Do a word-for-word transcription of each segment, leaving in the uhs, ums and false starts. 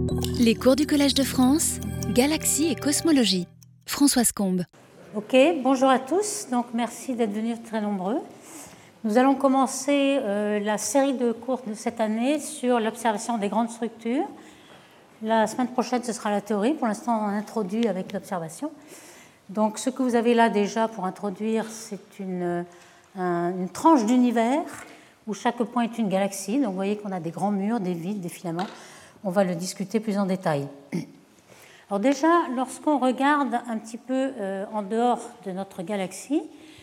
Les cours du Collège de France, Galaxie et Cosmologie. Françoise Combe. Ok, bonjour à tous. Donc, merci d'être venus très nombreux. Nous allons commencer euh, la série de cours de cette année sur l'observation des grandes structures. La semaine prochaine, ce sera la théorie. Pour l'instant, on introduit avec l'observation. Donc, ce que vous avez là déjà pour introduire, c'est une, un, une tranche d'univers où chaque point est une galaxie. Donc, vous voyez qu'on a des grands murs, des vides, des filaments. On va le discuter plus en détail. Alors déjà, lorsqu'on regarde un petit peu euh, en dehors de notre galaxie,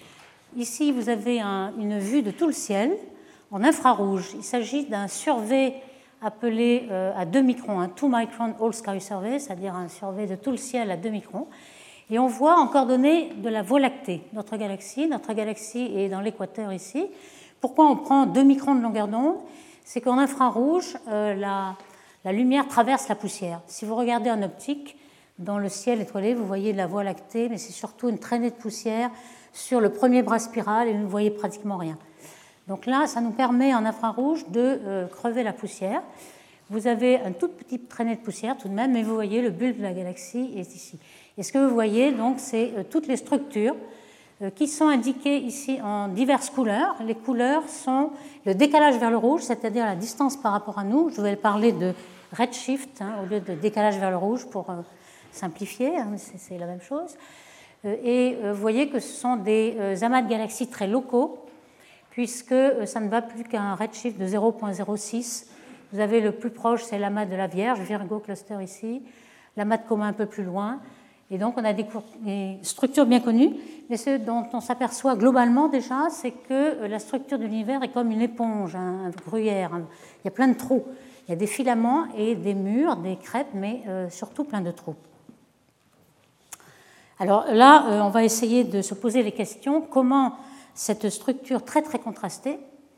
ici, vous avez un, une vue de tout le ciel en infrarouge. Il s'agit d'un survey appelé euh, à deux microns, un two micron all sky survey, c'est-à-dire un survey de tout le ciel à deux microns. Et on voit en coordonnées de la Voie lactée, notre galaxie. Notre galaxie est dans l'équateur ici. Pourquoi on prend deux microns de longueur d'onde? C'est qu'en infrarouge, euh, la, la lumière traverse la poussière. Si vous regardez en optique, dans le ciel étoilé, vous voyez la Voie lactée, mais c'est surtout une traînée de poussière sur le premier bras spiral et vous ne voyez pratiquement rien. Donc là, ça nous permet en infrarouge de euh, crever la poussière. Vous avez une toute petite traînée de poussière tout de même, mais vous voyez le bulbe de la galaxie est ici. Et ce que vous voyez, donc, c'est euh, toutes les structures euh, qui sont indiquées ici en diverses couleurs. Les couleurs sont le décalage vers le rouge, c'est-à-dire la distance par rapport à nous. Je vais parler de redshift hein, au lieu de décalage vers le rouge pour euh, simplifier, hein, c'est, c'est la même chose. Euh, et euh, vous voyez que ce sont des euh, amas de galaxies très locaux, puisque euh, ça ne va plus qu'un redshift de zéro virgule zéro six. Vous avez le plus proche, c'est l'amas de la Vierge, Virgo Cluster ici, l'amas de Coma un peu plus loin. Et donc, on a des, des structures bien connues, mais ce dont on s'aperçoit globalement déjà, c'est que la structure de l'univers est comme une éponge, un, un gruyère. Un, il y a plein de trous. Il y a des filaments et des murs, des crêpes, mais euh, surtout plein de trous. Alors là, euh, on va essayer de se poser les questions. Comment cette structure très très contrastée,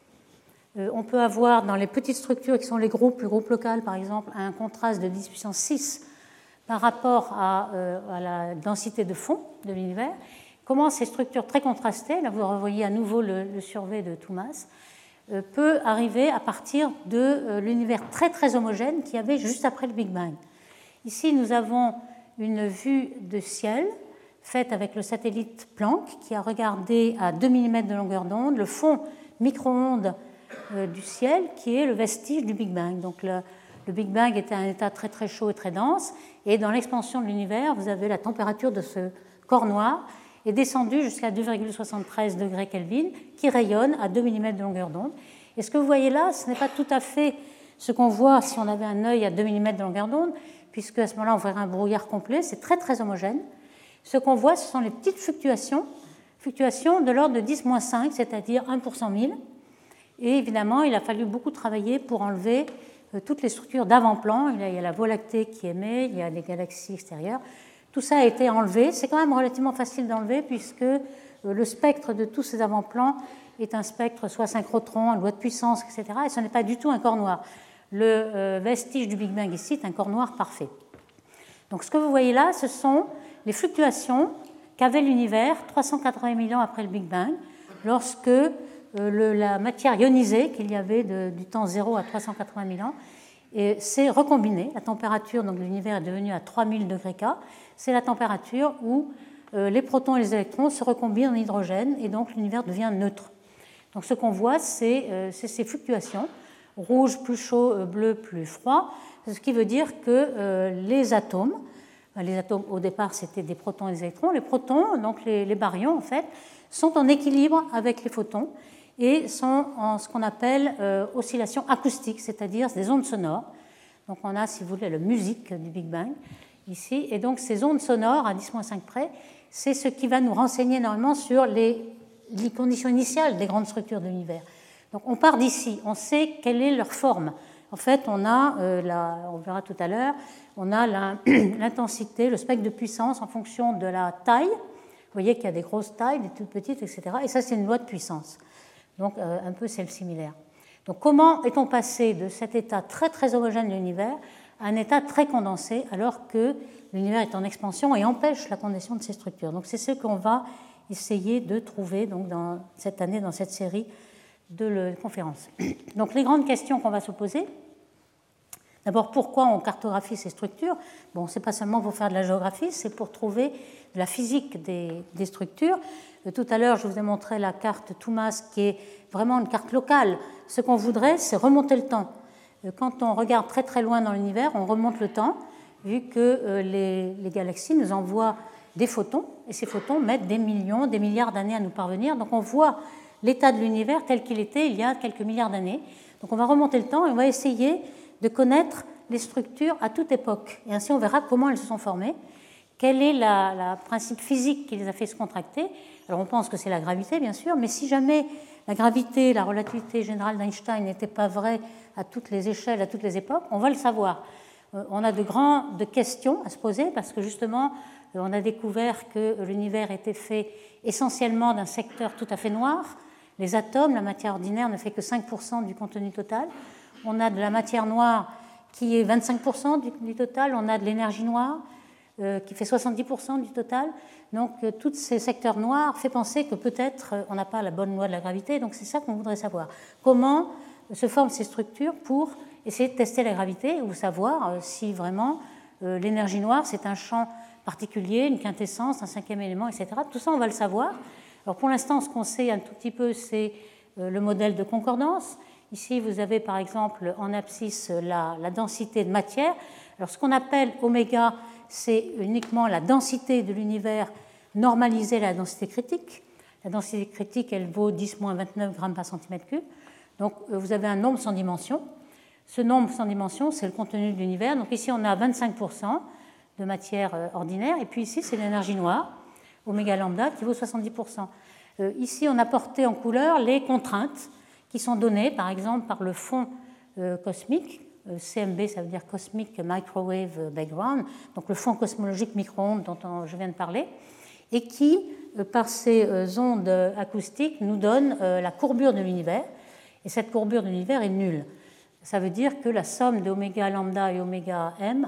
euh, on peut avoir dans les petites structures qui sont les groupes, le groupe local par exemple, un contraste de dix puissance six par rapport à, euh, à la densité de fond de l'univers. Comment ces structures très contrastées, là vous revoyez à nouveau le, le survey de Thomas, euh, peut arriver à partir de euh, l'univers très très homogène qu'il y avait juste après le Big Bang. Ici nous avons une vue de ciel faite avec le satellite Planck qui a regardé à deux millimètres de longueur d'onde le fond micro-ondes euh, du ciel qui est le vestige du Big Bang. Donc le, le Big Bang était un état très très chaud et très dense et dans l'expansion de l'univers, vous avez la température de ce corps noir est descendue jusqu'à deux virgule soixante-treize degrés Kelvin qui rayonne à deux millimètres de longueur d'onde. Et ce que vous voyez là, ce n'est pas tout à fait ce qu'on voit si on avait un œil à deux millimètres de longueur d'onde, puisque à ce moment-là, on verrait un brouillard complet, c'est très très homogène. Ce qu'on voit, ce sont les petites fluctuations, fluctuations de l'ordre de dix moins cinq, c'est-à-dire un pour cent mille. Et évidemment, il a fallu beaucoup travailler pour enlever euh, toutes les structures d'avant-plan. Il, il y a la Voie lactée qui émet, il y a des galaxies extérieures. Tout ça a été enlevé. C'est quand même relativement facile d'enlever puisque euh, le spectre de tous ces avant-plans est un spectre soit synchrotron, un loi de puissance, et cetera. Et ce n'est pas du tout un corps noir. Le euh, vestige du Big Bang ici est un corps noir parfait. Donc ce que vous voyez là, ce sont les fluctuations qu'avait l'univers trois cent quatre-vingts mille ans après le Big Bang, lorsque euh, le, la matière ionisée qu'il y avait de, du temps zéro à trois cent quatre-vingts mille ans et s'est recombinée. La température donc, de l'univers est devenue à trois mille degrés K. C'est la température où euh, les protons et les électrons se recombinent en hydrogène et donc l'univers devient neutre. Donc ce qu'on voit, c'est, euh, c'est ces fluctuations, rouge plus chaud, euh, bleu plus froid, ce qui veut dire que euh, les atomes, les atomes, au départ, c'était des protons et des électrons. Les protons, donc les, les baryons, en fait, sont en équilibre avec les photons et sont en ce qu'on appelle euh, oscillation acoustique, c'est-à-dire des ondes sonores. Donc on a, si vous voulez, la musique du Big Bang ici. Et donc ces ondes sonores, à dix moins cinq près, c'est ce qui va nous renseigner énormément sur les, les conditions initiales des grandes structures de l'univers. Donc on part d'ici, on sait quelle est leur forme. En fait, on a, euh, la, on verra tout à l'heure, on a la, l'intensité, le spectre de puissance en fonction de la taille. Vous voyez qu'il y a des grosses tailles, des toutes petites, et cetera. Et ça, c'est une loi de puissance. Donc, euh, un peu celle similaire. Donc, comment est-on passé de cet état très, très homogène de l'univers à un état très condensé, alors que l'univers est en expansion et empêche la condensation de ces structures? Donc, c'est ce qu'on va essayer de trouver donc, dans cette année, dans cette série de conférences. Donc, les grandes questions qu'on va se poser, D'abord, pourquoi on cartographie ces structures? Bon, ce n'est pas seulement pour faire de la géographie, c'est pour trouver de la physique des, des structures. Tout à l'heure, je vous ai montré la carte Toumas, qui est vraiment une carte locale. Ce qu'on voudrait, c'est remonter le temps. Quand on regarde très très loin dans l'univers, on remonte le temps, vu que les, les galaxies nous envoient des photons, et ces photons mettent des millions, des milliards d'années à nous parvenir. Donc on voit l'état de l'univers tel qu'il était il y a quelques milliards d'années. Donc on va remonter le temps et on va essayer de connaître les structures à toute époque. Et ainsi on verra comment elles se sont formées, quel est le principe physique qui les a fait se contracter. Alors on pense que c'est la gravité, bien sûr, mais si jamais la gravité, la relativité générale d'Einstein n'était pas vraie à toutes les échelles, à toutes les époques, on va le savoir. On a de grandes questions à se poser parce que justement, on a découvert que l'univers était fait essentiellement d'un secteur tout à fait noir. Les atomes, la matière ordinaire, ne fait que cinq pour cent du contenu total. On a de la matière noire qui est vingt-cinq pour cent du, du total. On a de l'énergie noire euh, qui fait soixante-dix pour cent du total. Donc, euh, tous ces secteurs noirs fait penser que peut-être euh, on n'a pas la bonne loi de la gravité. Donc, c'est ça qu'on voudrait savoir. Comment se forment ces structures pour essayer de tester la gravité ou savoir euh, si vraiment euh, l'énergie noire, c'est un champ particulier, une quintessence, un cinquième élément, et cetera. Tout ça, on va le savoir. Alors, pour l'instant, ce qu'on sait un tout petit peu, c'est euh, le modèle de concordance. Ici, vous avez par exemple en abscisse la, la densité de matière. Alors, ce qu'on appelle oméga, c'est uniquement la densité de l'univers normalisée à la densité critique. La densité critique, elle vaut dix moins vingt-neuf grammes par centimètre cube. Donc, vous avez un nombre sans dimension. Ce nombre sans dimension, c'est le contenu de l'univers. Donc, ici, on a vingt-cinq pour cent de matière ordinaire. Et puis ici, c'est l'énergie noire, oméga lambda, qui vaut soixante-dix pour cent. Euh, ici, on a porté en couleur les contraintes qui sont données, par exemple, par le fond euh, cosmique. Euh, C M B, ça veut dire Cosmic Microwave Background, donc le fond cosmologique micro-ondes dont on, je viens de parler, et qui, euh, par ces euh, ondes acoustiques, nous donne euh, la courbure de l'univers. Et cette courbure de l'univers est nulle. Ça veut dire que la somme de oméga lambda et oméga m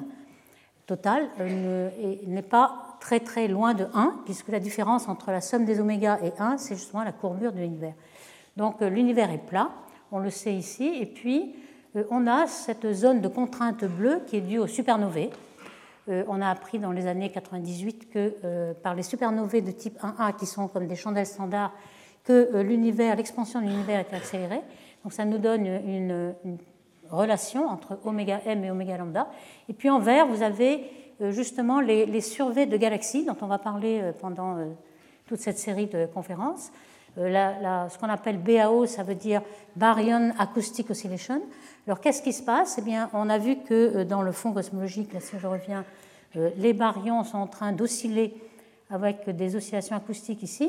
totale euh, n'est pas très très loin de un, puisque la différence entre la somme des oméga et un, c'est justement la courbure de l'univers. Donc euh, l'univers est plat, on le sait ici, et puis euh, on a cette zone de contrainte bleue qui est due aux supernovae. Euh, on a appris dans les années quatre-vingt-dix-huit que euh, par les supernovae de type un A, qui sont comme des chandelles standards, que euh, l'univers, l'expansion de l'univers est accélérée. Donc ça nous donne une, une relation entre oméga m et oméga lambda. Et puis en vert, vous avez euh, justement les, les surveys de galaxies dont on va parler euh, pendant euh, toute cette série de conférences. Euh, la, la, ce qu'on appelle B A O, ça veut dire Baryon Acoustic Oscillation. Alors qu'est-ce qui se passe? Eh bien, on a vu que euh, dans le fond cosmologique, là, si je reviens, euh, les baryons sont en train d'osciller avec des oscillations acoustiques ici.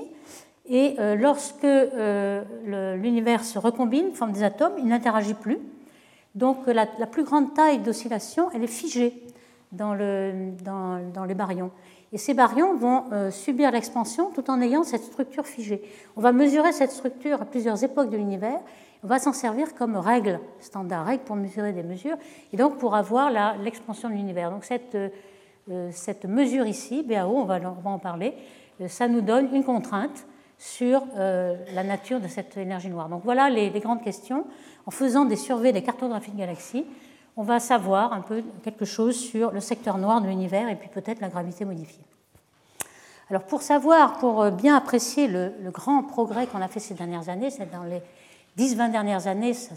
Et euh, lorsque euh, l'univers se recombine, forme des atomes, il n'interagit plus. Donc la, la plus grande taille d'oscillation, elle est figée dans, le, dans, dans les baryons. Et ces baryons vont euh, subir l'expansion tout en ayant cette structure figée. On va mesurer cette structure à plusieurs époques de l'univers. On va s'en servir comme règle standard, règle pour mesurer des mesures, et donc pour avoir l'expansion de l'univers. Donc cette, euh, cette mesure ici, B A O, on va, on va en parler, euh, ça nous donne une contrainte sur euh, la nature de cette énergie noire. Donc voilà les, les grandes questions. En faisant des surveys, des cartographies de galaxies, on va savoir un peu quelque chose sur le secteur noir de l'univers et puis peut-être la gravité modifiée. Alors pour savoir, pour bien apprécier le, le grand progrès qu'on a fait ces dernières années, c'est dans les dix vingt dernières années, ça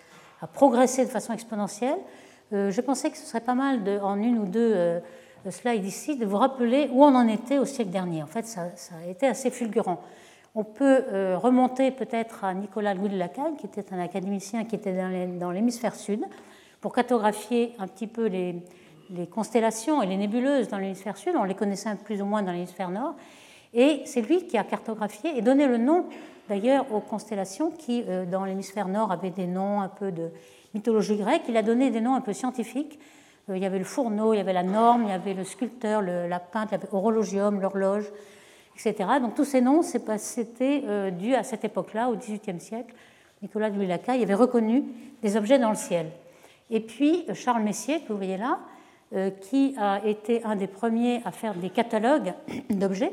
a progressé de façon exponentielle, euh, je pensais que ce serait pas mal, de, en une ou deux euh, slides ici, de vous rappeler où on en était au siècle dernier. En fait, ça, ça a été assez fulgurant. On peut euh, remonter peut-être à Nicolas Louis de Lacaille, qui était un académicien qui était dans l'hémisphère sud, pour cartographier un petit peu les, les constellations et les nébuleuses dans l'hémisphère sud. On les connaissait plus ou moins dans l'hémisphère nord. Et c'est lui qui a cartographié et donné le nom, d'ailleurs, aux constellations qui, euh, dans l'hémisphère nord, avaient des noms un peu de mythologie grecque. Il a donné des noms un peu scientifiques. Euh, il y avait le fourneau, il y avait la norme, il y avait le sculpteur, le, la peintre, il y avait l'horologium, l'horloge, et cetera. Donc tous ces noms, c'était euh, dû à cette époque-là, au dix-huitième siècle. Nicolas Louis Lacaille avait reconnu des objets dans le ciel. Et puis Charles Messier, que vous voyez là, euh, qui a été un des premiers à faire des catalogues d'objets.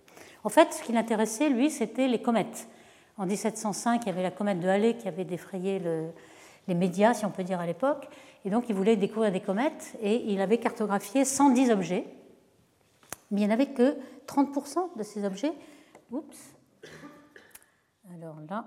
En fait, ce qui l'intéressait, lui, c'était les comètes. En dix-sept cent cinq, il y avait la comète de Halley qui avait défrayé le, les médias, si on peut dire, à l'époque. Et donc, il voulait découvrir des comètes et il avait cartographié cent dix objets. Mais il n'y en avait que trente pour cent de ces objets. Oups. Alors là.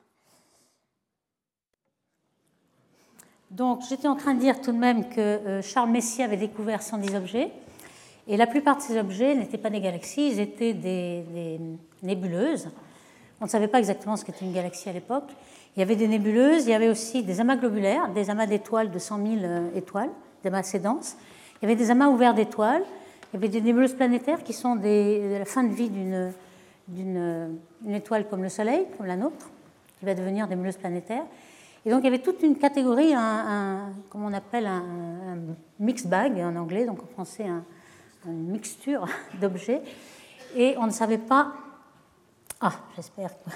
Donc, j'étais en train de dire tout de même que Charles Messier avait découvert cent dix objets. Et la plupart de ces objets n'étaient pas des galaxies, ils étaient des, des nébuleuses. On ne savait pas exactement ce qu'était une galaxie à l'époque. Il y avait des nébuleuses, il y avait aussi des amas globulaires, des amas d'étoiles de cent mille étoiles, des amas assez denses. Il y avait des amas ouverts d'étoiles. Il y avait des nébuleuses planétaires qui sont des, de la fin de vie d'une, d'une une étoile comme le Soleil, comme la nôtre, qui va devenir des nébuleuse planétaire. Et donc il y avait toute une catégorie, un, un, comme on appelle un, un mixed bag en anglais, donc en français un, une mixture d'objets. Et on ne savait pas... Ah, j'espère que...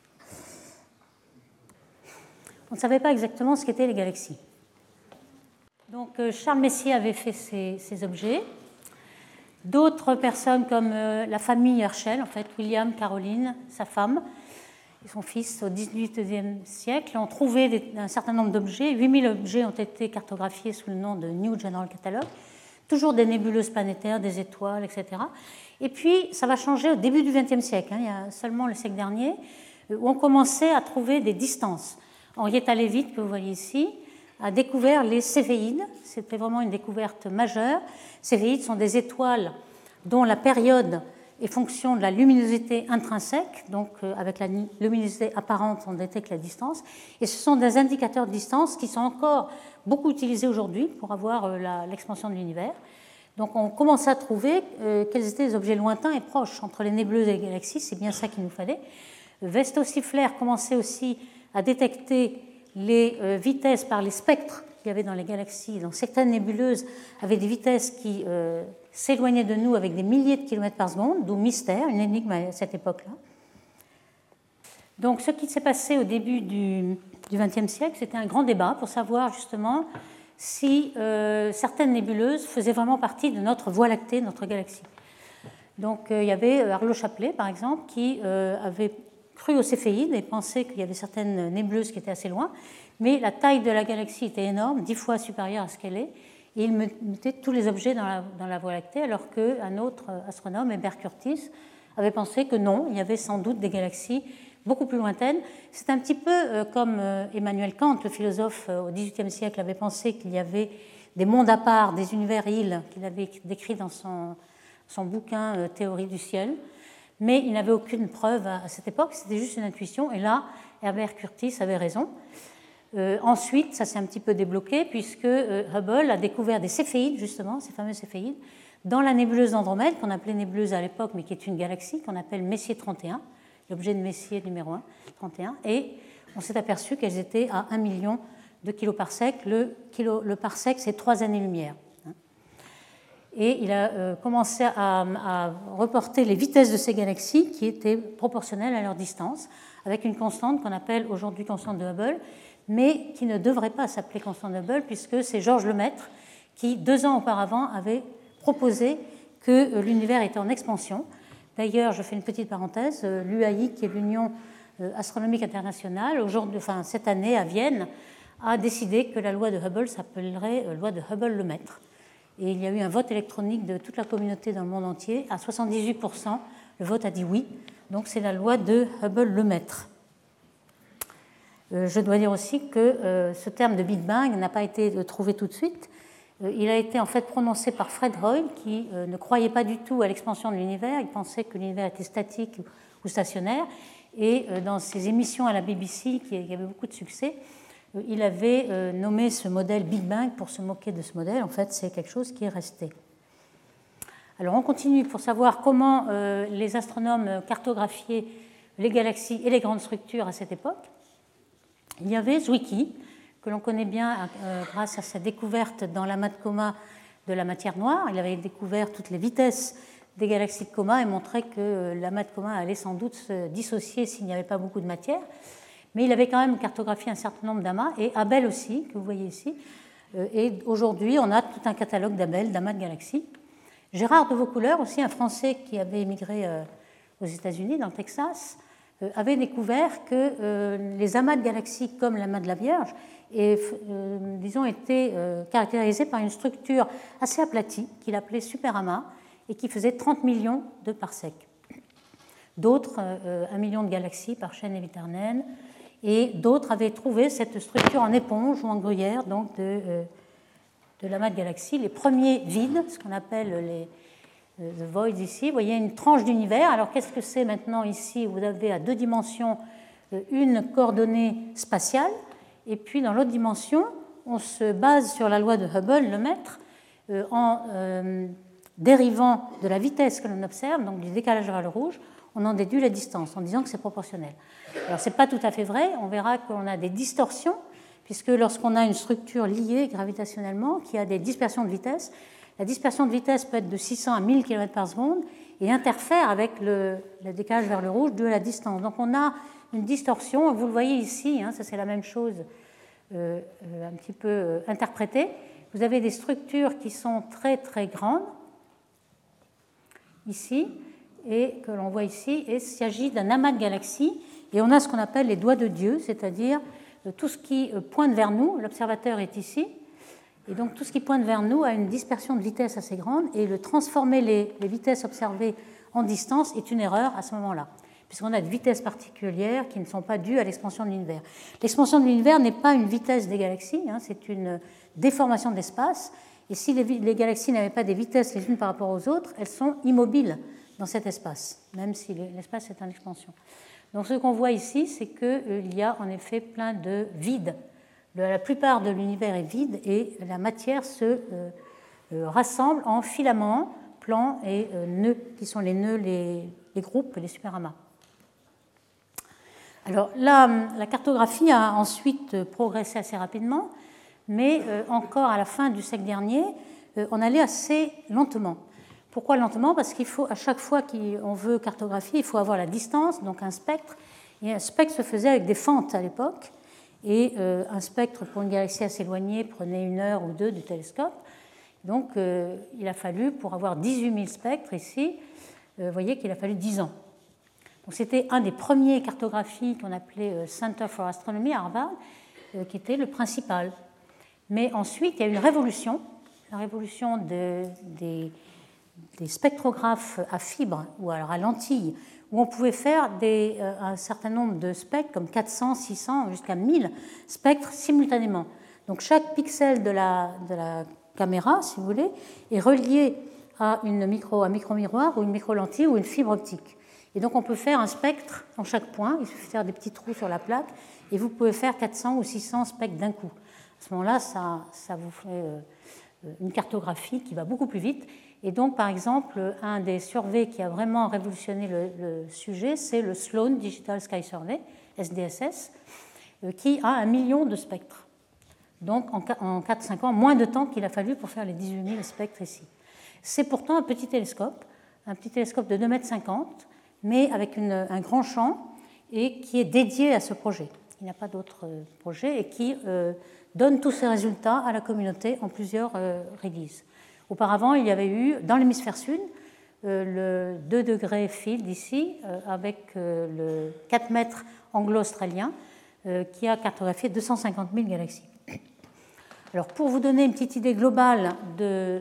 On ne savait pas exactement ce qu'étaient les galaxies. Donc Charles Messier avait fait ces, ces objets. D'autres personnes comme euh, la famille Herschel, en fait, William, Caroline, sa femme, et son fils au dix-huitième siècle, ont trouvé des, un certain nombre d'objets. huit mille objets ont été cartographiés sous le nom de New General Catalogue. Toujours des nébuleuses planétaires, des étoiles, et cetera. Et puis, ça va changer au début du vingtième siècle, hein, il y a seulement le siècle dernier, où on commençait à trouver des distances. Henrietta Leavitt, que vous voyez ici, a découvert les céphéides. C'était vraiment une découverte majeure. Céphéides sont des étoiles dont la période est fonction de la luminosité intrinsèque, donc euh, avec la luminosité apparente, on détecte la distance. Et ce sont des indicateurs de distance qui sont encore beaucoup utilisés aujourd'hui pour avoir euh, la, l'expansion de l'univers. Donc on commençait à trouver euh, quels étaient les objets lointains et proches entre les nébuleuses et les galaxies. C'est bien ça qu'il nous fallait. Westo-Siffler commençait aussi à détecter les euh, vitesses par les spectres qu'il y avait dans les galaxies. Donc certaines nébuleuses avaient des vitesses qui euh, s'éloignaient de nous avec des milliers de kilomètres par seconde, d'où mystère, une énigme à cette époque-là. Donc ce qui s'est passé au début du vingtième siècle, c'était un grand débat pour savoir justement si euh, certaines nébuleuses faisaient vraiment partie de notre Voie lactée, notre galaxie. Donc euh, il y avait Arlo Chapley, par exemple, qui euh, avait cru aux céphéides et pensait qu'il y avait certaines nébuleuses qui étaient assez loin, mais la taille de la galaxie était énorme, dix fois supérieure à ce qu'elle est, et il mettait tous les objets dans la, dans la Voie lactée, alors qu'un autre astronome, Herbert Curtis, avait pensé que non, il y avait sans doute des galaxies beaucoup plus lointaines. C'est un petit peu euh, comme euh, Emmanuel Kant, le philosophe euh, au dix-huitième siècle, avait pensé qu'il y avait des mondes à part, des univers-îles, qu'il avait décrit dans son, son bouquin euh, Théorie du ciel. Mais il n'avait aucune preuve à cette époque, c'était juste une intuition. Et là, Herbert Curtis avait raison. Euh, ensuite, ça s'est un petit peu débloqué, puisque euh, Hubble a découvert des céphéides, justement, ces fameux céphéides, dans la nébuleuse d'Andromède, qu'on appelait nébuleuse à l'époque, mais qui est une galaxie, qu'on appelle Messier trente et un, l'objet de Messier numéro un, trente et un. Et on s'est aperçu qu'elles étaient à un million de kiloparsecs. Le, kilo, le parsec, c'est trois années-lumière. Et il a euh, commencé à, à reporter les vitesses de ces galaxies qui étaient proportionnelles à leur distance, avec une constante qu'on appelle aujourd'hui constante de Hubble, mais qui ne devrait pas s'appeler constante de Hubble, puisque c'est Georges Lemaître qui, deux ans auparavant, avait proposé que l'univers était en expansion. D'ailleurs, je fais une petite parenthèse, l'U A I, qui est l'Union astronomique internationale, aujourd'hui, enfin, cette année à Vienne, a décidé que la loi de Hubble s'appellerait loi de Hubble-Lemaître. Et il y a eu un vote électronique de toute la communauté dans le monde entier. À soixante-dix-huit pour cent, le vote a dit oui. Donc c'est la loi de Hubble-Lemaître. Euh, je dois dire aussi que euh, ce terme de Big Bang n'a pas été trouvé tout de suite. Euh, il a été en fait prononcé par Fred Hoyle, qui euh, ne croyait pas du tout à l'expansion de l'univers. Il pensait que l'univers était statique ou stationnaire. Et euh, dans ses émissions à la B B C, qui avaient beaucoup de succès, il avait nommé ce modèle Big Bang pour se moquer de ce modèle. En fait, c'est quelque chose qui est resté. Alors, on continue pour savoir comment les astronomes cartographiaient les galaxies et les grandes structures à cette époque. Il y avait Zwicky, que l'on connaît bien grâce à sa découverte dans l'amas de coma de la matière noire. Il avait découvert toutes les vitesses des galaxies de coma et montré que l'amas de coma allait sans doute se dissocier s'il n'y avait pas beaucoup de matière. Mais il avait quand même cartographié un certain nombre d'amas, et Abel aussi, que vous voyez ici. Et aujourd'hui, on a tout un catalogue d'Abel, d'amas de galaxies. Gérard de Vaucouleurs, aussi un Français qui avait émigré aux États-Unis, dans le Texas, euh, avait découvert que euh, les amas de galaxies comme l'amas de la Vierge et, euh, disons, étaient euh, caractérisés par une structure assez aplatie qu'il appelait superamas et qui faisait trente millions de parsecs. D'autres, euh, un million de galaxies par chaîne éternelle, et d'autres avaient trouvé cette structure en éponge ou en gruyère, donc de, euh, de l'amas de galaxies. Les premiers vides, ce qu'on appelle les euh, the voids ici, vous voyez une tranche d'univers. Alors qu'est-ce que c'est maintenant ici? Vous avez à deux dimensions euh, une coordonnée spatiale, et puis dans l'autre dimension, on se base sur la loi de Hubble, le mètre, euh, en euh, dérivant de la vitesse que l'on observe, donc du décalage vers le rouge, on en déduit la distance en disant que c'est proportionnel. Alors, ce n'est pas tout à fait vrai. On verra qu'on a des distorsions, puisque lorsqu'on a une structure liée gravitationnellement qui a des dispersions de vitesse, la dispersion de vitesse peut être de six cents à mille kilomètres par seconde et interfère avec le, le décalage vers le rouge de la distance. Donc, on a une distorsion. Vous le voyez ici, hein, ça c'est la même chose euh, un petit peu euh, interprétée. Vous avez des structures qui sont très, très grandes, ici, et que l'on voit ici, et il s'agit d'un amas de galaxies, et on a ce qu'on appelle les doigts de Dieu, c'est-à-dire tout ce qui pointe vers nous, l'observateur est ici, et donc tout ce qui pointe vers nous a une dispersion de vitesse assez grande, et le transformer les, les vitesses observées en distance est une erreur à ce moment-là, puisqu'on a de vitesses particulières qui ne sont pas dues à l'expansion de l'univers. L'expansion de l'univers n'est pas une vitesse des galaxies, hein, c'est une déformation de l'espace, et si les, les galaxies n'avaient pas des vitesses les unes par rapport aux autres, elles sont immobiles dans cet espace, même si l'espace est en expansion. Donc ce qu'on voit ici, c'est qu'il euh, y a en effet plein de vides. La plupart de l'univers est vide et la matière se euh, euh, rassemble en filaments, plans et euh, nœuds, qui sont les nœuds, les, les groupes, les superamas. Alors là, la cartographie a ensuite progressé assez rapidement, mais euh, encore à la fin du siècle dernier, euh, on allait assez lentement. Pourquoi lentement? Parce qu'il faut, à chaque fois qu'on veut cartographier, il faut avoir la distance, donc un spectre. Et un spectre se faisait avec des fentes à l'époque. Et euh, un spectre pour une galaxie assez éloignée prenait une heure ou deux du télescope. Donc euh, il a fallu, pour avoir dix-huit mille spectres ici, euh, vous voyez qu'il a fallu dix ans. Donc c'était un des premiers cartographies qu'on appelait euh, Center for Astronomy à Harvard, euh, qui était le principal. Mais ensuite, il y a eu une révolution, la révolution de, des... des spectrographes à fibres ou alors à lentilles, où on pouvait faire des, euh, un certain nombre de spectres, comme quatre cents, six cents, jusqu'à mille spectres simultanément. Donc chaque pixel de la, de la caméra, si vous voulez, est relié à une micro, un micro-miroir ou une micro-lentille ou une fibre optique. Et donc on peut faire un spectre en chaque point, il suffit de faire des petits trous sur la plaque, et vous pouvez faire quatre cents ou six cents spectres d'un coup. À ce moment-là, ça, ça vous fait euh, une cartographie qui va beaucoup plus vite. Et donc, par exemple, un des surveys qui a vraiment révolutionné le, le sujet, c'est le Sloan Digital Sky Survey, S D S S, euh, qui a un million de spectres. Donc, en quatre à cinq ans, moins de temps qu'il a fallu pour faire les dix-huit mille spectres ici. C'est pourtant un petit télescope, un petit télescope de deux mètres cinquante, mais avec une, un grand champ, et qui est dédié à ce projet. Il n'y a pas d'autre projet, et qui euh, donne tous ces résultats à la communauté en plusieurs euh, releases. Auparavant, il y avait eu, dans l'hémisphère sud, euh, le deux degrés field ici, euh, avec euh, le quatre mètres anglo-australien, euh, qui a cartographié deux cent cinquante mille galaxies. Alors, pour vous donner une petite idée globale de,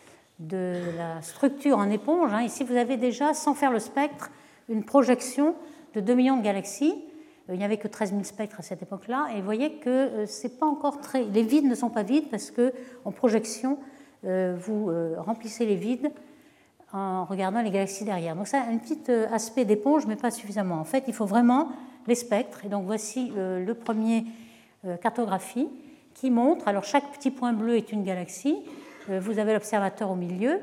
de la structure en éponge, hein, ici, vous avez déjà, sans faire le spectre, une projection de deux millions de galaxies. Euh, il n'y avait que treize mille spectres à cette époque-là, et vous voyez que euh, c'est pas encore très... les vides ne sont pas vides, parce qu'en projection, Euh, vous euh, remplissez les vides en regardant les galaxies derrière. Donc ça a un petit euh, aspect d'éponge, mais pas suffisamment. En fait, il faut vraiment les spectres. Et donc voici euh, le premier euh, cartographie qui montre, alors chaque petit point bleu est une galaxie, euh, vous avez l'observateur au milieu,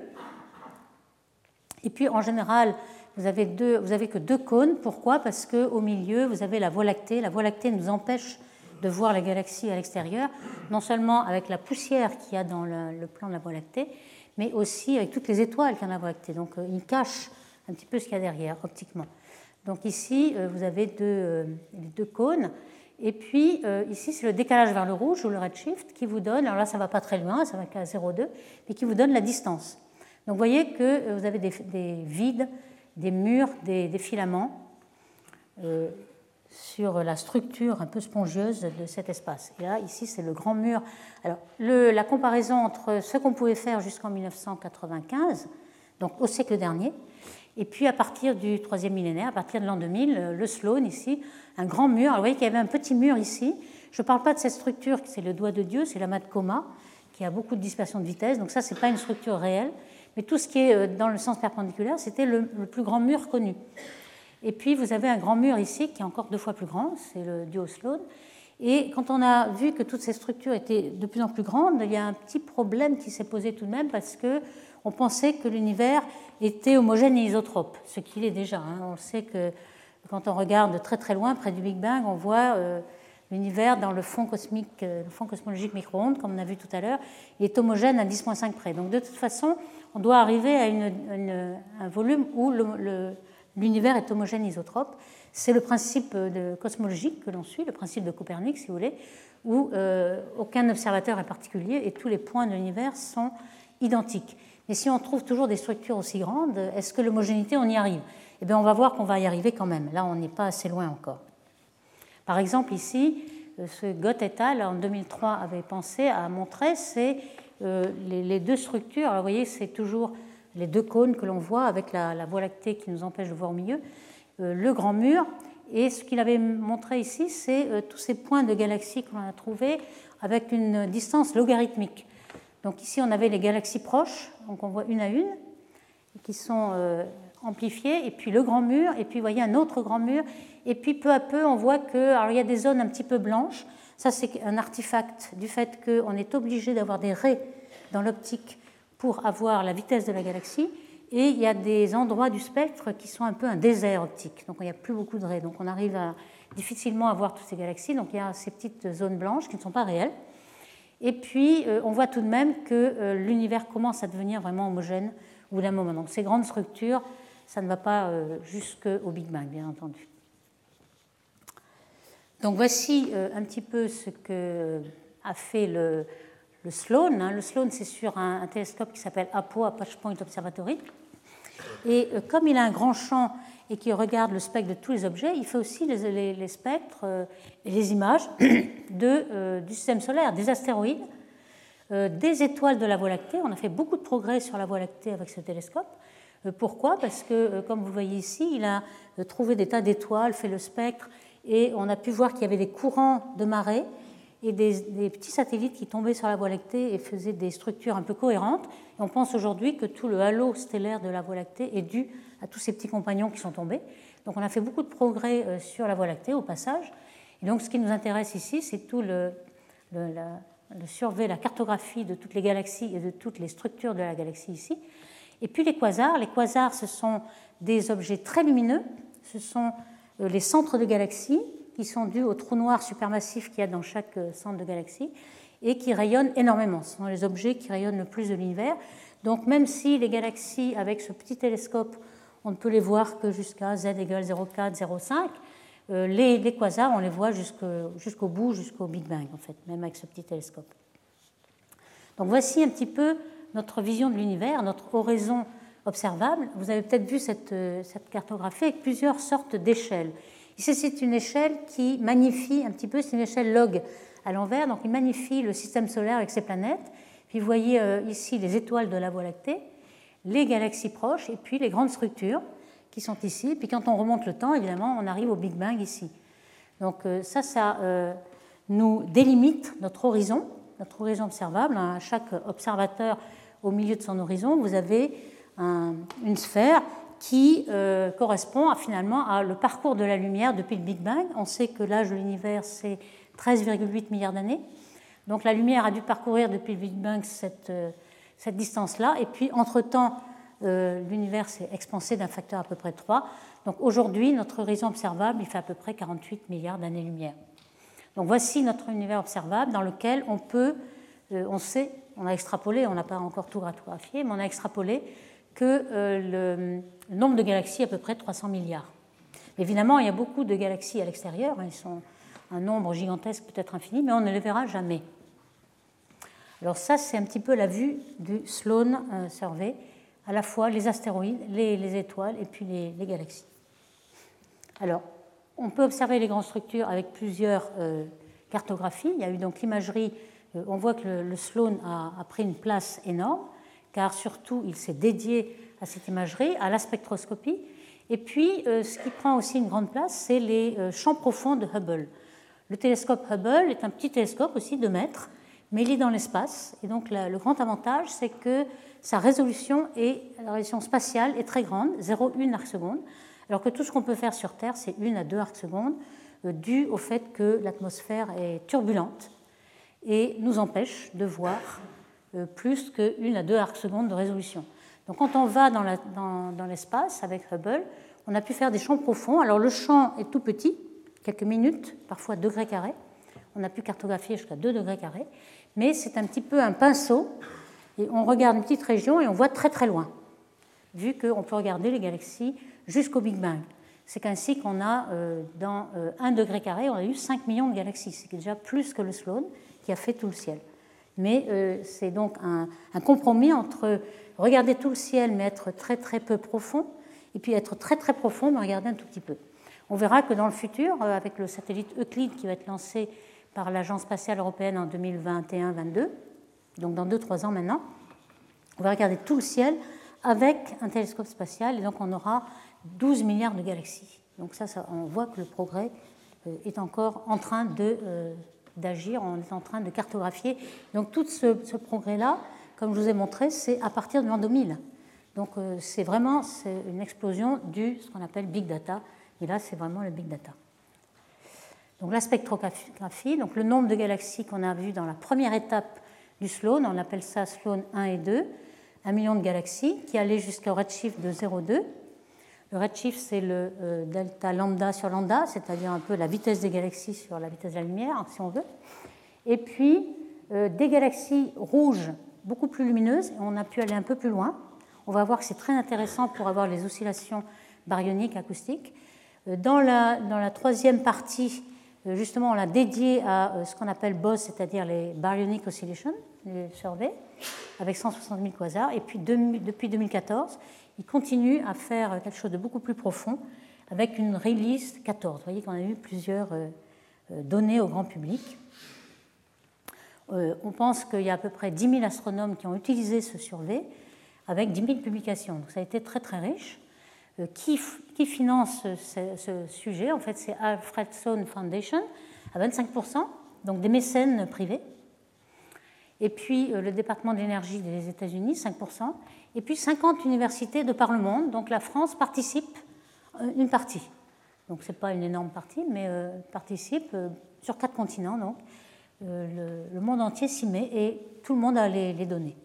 et puis en général, vous avez, deux, vous avez que deux cônes. Pourquoi? Parce qu'au milieu, vous avez la Voie lactée. La Voie lactée nous empêche de voir la galaxie à l'extérieur, non seulement avec la poussière qu'il y a dans le, le plan de la Voie lactée, mais aussi avec toutes les étoiles qu'il y a dans la Voie lactée. Donc euh, il cache un petit peu ce qu'il y a derrière, optiquement. Donc ici, euh, vous avez deux, euh, les deux cônes. Et puis euh, ici, c'est le décalage vers le rouge ou le redshift qui vous donne, alors là, ça ne va pas très loin, ça va qu'à zéro virgule deux, mais qui vous donne la distance. Donc vous voyez que euh, vous avez des, des vides, des murs, des, des filaments, euh, sur la structure un peu spongieuse de cet espace. Et là, ici, c'est le grand mur. Alors, le, la comparaison entre ce qu'on pouvait faire jusqu'en mille neuf cent quatre-vingt-quinze, donc au siècle dernier, et puis à partir du troisième millénaire, à partir de l'an deux mille, le Sloan ici, un grand mur. Alors, vous voyez qu'il y avait un petit mur ici. Je ne parle pas de cette structure, c'est le doigt de Dieu, c'est l'amas de Coma, qui a beaucoup de dispersion de vitesse. Donc ça, ce n'est pas une structure réelle. Mais tout ce qui est dans le sens perpendiculaire, c'était le, le plus grand mur connu. Et puis, vous avez un grand mur ici, qui est encore deux fois plus grand, c'est le duo Sloan. Et quand on a vu que toutes ces structures étaient de plus en plus grandes, il y a un petit problème qui s'est posé tout de même, parce qu'on pensait que l'univers était homogène et isotrope, ce qu'il est déjà. Hein. On sait que quand on regarde de très très loin, près du Big Bang, on voit euh, l'univers dans le fond cosmique, euh, le fond cosmologique micro-ondes, comme on a vu tout à l'heure, il est homogène à dix moins cinq près. Donc de toute façon, on doit arriver à une, une, un volume où le, le l'univers est homogène isotrope. C'est le principe de cosmologique que l'on suit, le principe de Copernic, si vous voulez, où euh, aucun observateur est particulier et tous les points de l'univers sont identiques. Mais si on trouve toujours des structures aussi grandes, est-ce que l'homogénéité, on y arrive? Eh bien, on va voir qu'on va y arriver quand même. Là, on n'est pas assez loin encore. Par exemple, ici, ce Gott et al. En deux mille trois avait pensé à montrer, c'est euh, les, les deux structures. Alors, vous voyez, c'est toujours les deux cônes que l'on voit avec la, la Voie lactée qui nous empêche de voir au milieu, euh, le grand mur. Et ce qu'il avait montré ici, c'est euh, tous ces points de galaxies que l'on a trouvés avec une distance logarithmique. Donc ici, on avait les galaxies proches, donc on voit une à une, qui sont euh, amplifiées, et puis le grand mur, et puis vous voyez un autre grand mur, et puis peu à peu, on voit que, alors il y a des zones un petit peu blanches. Ça, c'est un artefact du fait qu'on est obligé d'avoir des raies dans l'optique pour avoir la vitesse de la galaxie, et il y a des endroits du spectre qui sont un peu un désert optique, donc il n'y a plus beaucoup de raies, donc on arrive à, difficilement à voir toutes ces galaxies, donc il y a ces petites zones blanches qui ne sont pas réelles, et puis euh, on voit tout de même que euh, l'univers commence à devenir vraiment homogène au bout d'un moment, donc ces grandes structures, ça ne va pas euh, jusqu'au Big Bang, bien entendu. Donc voici euh, un petit peu ce que a fait le Le Sloan, hein, le Sloan, c'est sur un, un télescope qui s'appelle A P O, Apache Point Observatory. Et euh, comme il a un grand champ et qu'il regarde le spectre de tous les objets, il fait aussi les, les, les spectres euh, et les images de, euh, du système solaire, des astéroïdes, euh, des étoiles de la Voie lactée. On a fait beaucoup de progrès sur la Voie lactée avec ce télescope. Euh, pourquoi? Parce que, euh, comme vous voyez ici, il a euh, trouvé des tas d'étoiles, fait le spectre, et on a pu voir qu'il y avait des courants de marée et des, des petits satellites qui tombaient sur la Voie lactée et faisaient des structures un peu cohérentes. Et on pense aujourd'hui que tout le halo stellaire de la Voie lactée est dû à tous ces petits compagnons qui sont tombés. Donc on a fait beaucoup de progrès sur la Voie lactée au passage. Et donc ce qui nous intéresse ici, c'est tout le, le, la, le survey, la cartographie de toutes les galaxies et de toutes les structures de la galaxie ici. Et puis les quasars. Les quasars, ce sont des objets très lumineux. Ce sont les centres de galaxies qui sont dus aux trous noirs supermassifs qu'il y a dans chaque centre de galaxie et qui rayonnent énormément. Ce sont les objets qui rayonnent le plus de l'univers. Donc même si les galaxies, avec ce petit télescope, on ne peut les voir que jusqu'à z égale zéro virgule quatre, zéro virgule cinq, euh, les, les quasars, on les voit jusqu'au, jusqu'au bout, jusqu'au Big Bang, en fait, même avec ce petit télescope. Donc voici un petit peu notre vision de l'univers, notre horizon observable. Vous avez peut-être vu cette, cette cartographie avec plusieurs sortes d'échelles. Ici, c'est une échelle qui magnifie un petit peu, c'est une échelle log à l'envers, donc il magnifie le système solaire avec ses planètes. Puis vous voyez euh, ici les étoiles de la Voie lactée, les galaxies proches et puis les grandes structures qui sont ici. Puis quand on remonte le temps, évidemment, on arrive au Big Bang ici. Donc euh, ça, ça euh, nous délimite notre horizon, notre horizon observable. À chaque observateur, au milieu de son horizon, vous avez un, une sphère qui euh, correspond à, finalement à le parcours de la lumière depuis le Big Bang. On sait que l'âge de l'univers, c'est treize virgule huit milliards d'années. Donc la lumière a dû parcourir depuis le Big Bang cette, euh, cette distance-là. Et puis, entre-temps, euh, l'univers s'est expansé d'un facteur à peu près trois. Donc aujourd'hui, notre horizon observable, il fait à peu près quarante-huit milliards d'années-lumière. Donc voici notre univers observable dans lequel on peut, euh, on sait, on a extrapolé, on n'a pas encore tout cartographié, mais on a extrapolé que euh, le, le nombre de galaxies est à peu près trois cents milliards. Évidemment, il y a beaucoup de galaxies à l'extérieur, ils sont un nombre gigantesque, peut-être infini, mais on ne les verra jamais. Alors ça, c'est un petit peu la vue du Sloan euh, Survey, à la fois les astéroïdes, les, les étoiles et puis les, les galaxies. Alors, on peut observer les grandes structures avec plusieurs euh, cartographies. Il y a eu donc l'imagerie, euh, on voit que le, le Sloan a, a pris une place énorme, car surtout il s'est dédié à cette imagerie, à la spectroscopie. Et puis, euh, ce qui prend aussi une grande place, c'est les euh, champs profonds de Hubble. Le télescope Hubble est un petit télescope aussi de mètres, mais il est dans l'espace. Et donc, la, le grand avantage, c'est que sa résolution, est, la résolution spatiale est très grande, zéro virgule un arc seconde, alors que tout ce qu'on peut faire sur Terre, c'est un à deux arcs secondes, euh, dû au fait que l'atmosphère est turbulente et nous empêche de voir euh, plus que un à deux arcs secondes de résolution. Donc, quand on va dans, la, dans, dans l'espace avec Hubble, on a pu faire des champs profonds. Alors, le champ est tout petit, quelques minutes, parfois degrés carrés. On a pu cartographier jusqu'à deux degrés carrés, mais c'est un petit peu un pinceau. Et on regarde une petite région et on voit très très loin, vu qu'on peut regarder les galaxies jusqu'au Big Bang. C'est ainsi qu'on a, euh, dans euh, un degré carré, on a eu cinq millions de galaxies, c'est déjà plus que le Sloan, qui a fait tout le ciel. Mais euh, c'est donc un, un compromis entre regarder tout le ciel, mais être très très peu profond, et puis être très très profond, mais regarder un tout petit peu. On verra que dans le futur, euh, avec le satellite Euclide qui va être lancé par l'Agence spatiale européenne en deux mille vingt et un vingt-deux, donc dans deux trois ans maintenant, on va regarder tout le ciel avec un télescope spatial, et donc on aura douze milliards de galaxies. Donc ça, ça on voit que le progrès euh, est encore en train de, euh, d'agir, on est en train de cartographier. Donc tout ce, ce progrès-là, comme je vous ai montré, c'est à partir de l'an deux mille. Donc euh, c'est vraiment c'est une explosion du ce qu'on appelle Big Data, et là c'est vraiment le Big Data. Donc la spectrographie, donc le nombre de galaxies qu'on a vu dans la première étape du Sloan, on appelle ça Sloan un et deux, un million de galaxies qui allait jusqu'au redshift de zéro virgule deux. Le redshift, c'est le euh, delta lambda sur lambda, c'est-à-dire un peu la vitesse des galaxies sur la vitesse de la lumière, si on veut. Et puis, euh, des galaxies rouges beaucoup plus lumineuses, et on a pu aller un peu plus loin. On va voir que c'est très intéressant pour avoir les oscillations baryoniques acoustiques. Euh, dans, la, dans la troisième partie, euh, justement, on l'a dédié à euh, ce qu'on appelle B O S, c'est-à-dire les Baryonic Oscillation, les surveys, avec cent soixante mille quasars. Et puis, de, depuis deux mille quatorze, il continue à faire quelque chose de beaucoup plus profond avec une release quatorze. Vous voyez qu'on a eu plusieurs euh, données au grand public. Euh, on pense qu'il y a à peu près dix mille astronomes qui ont utilisé ce survey avec dix mille publications. Donc ça a été très très riche. Euh, qui, qui finance ce, ce sujet? En fait, c'est Alfredson Foundation à vingt-cinq pour cent, donc des mécènes privés. Et puis euh, le département de l'énergie des États-Unis, cinq pour cent. Et puis cinquante universités de par le monde. Donc la France participe euh, une partie. Donc ce n'est pas une énorme partie, mais euh, participe euh, sur quatre continents. Donc euh, le, le monde entier s'y met et tout le monde a les, les données.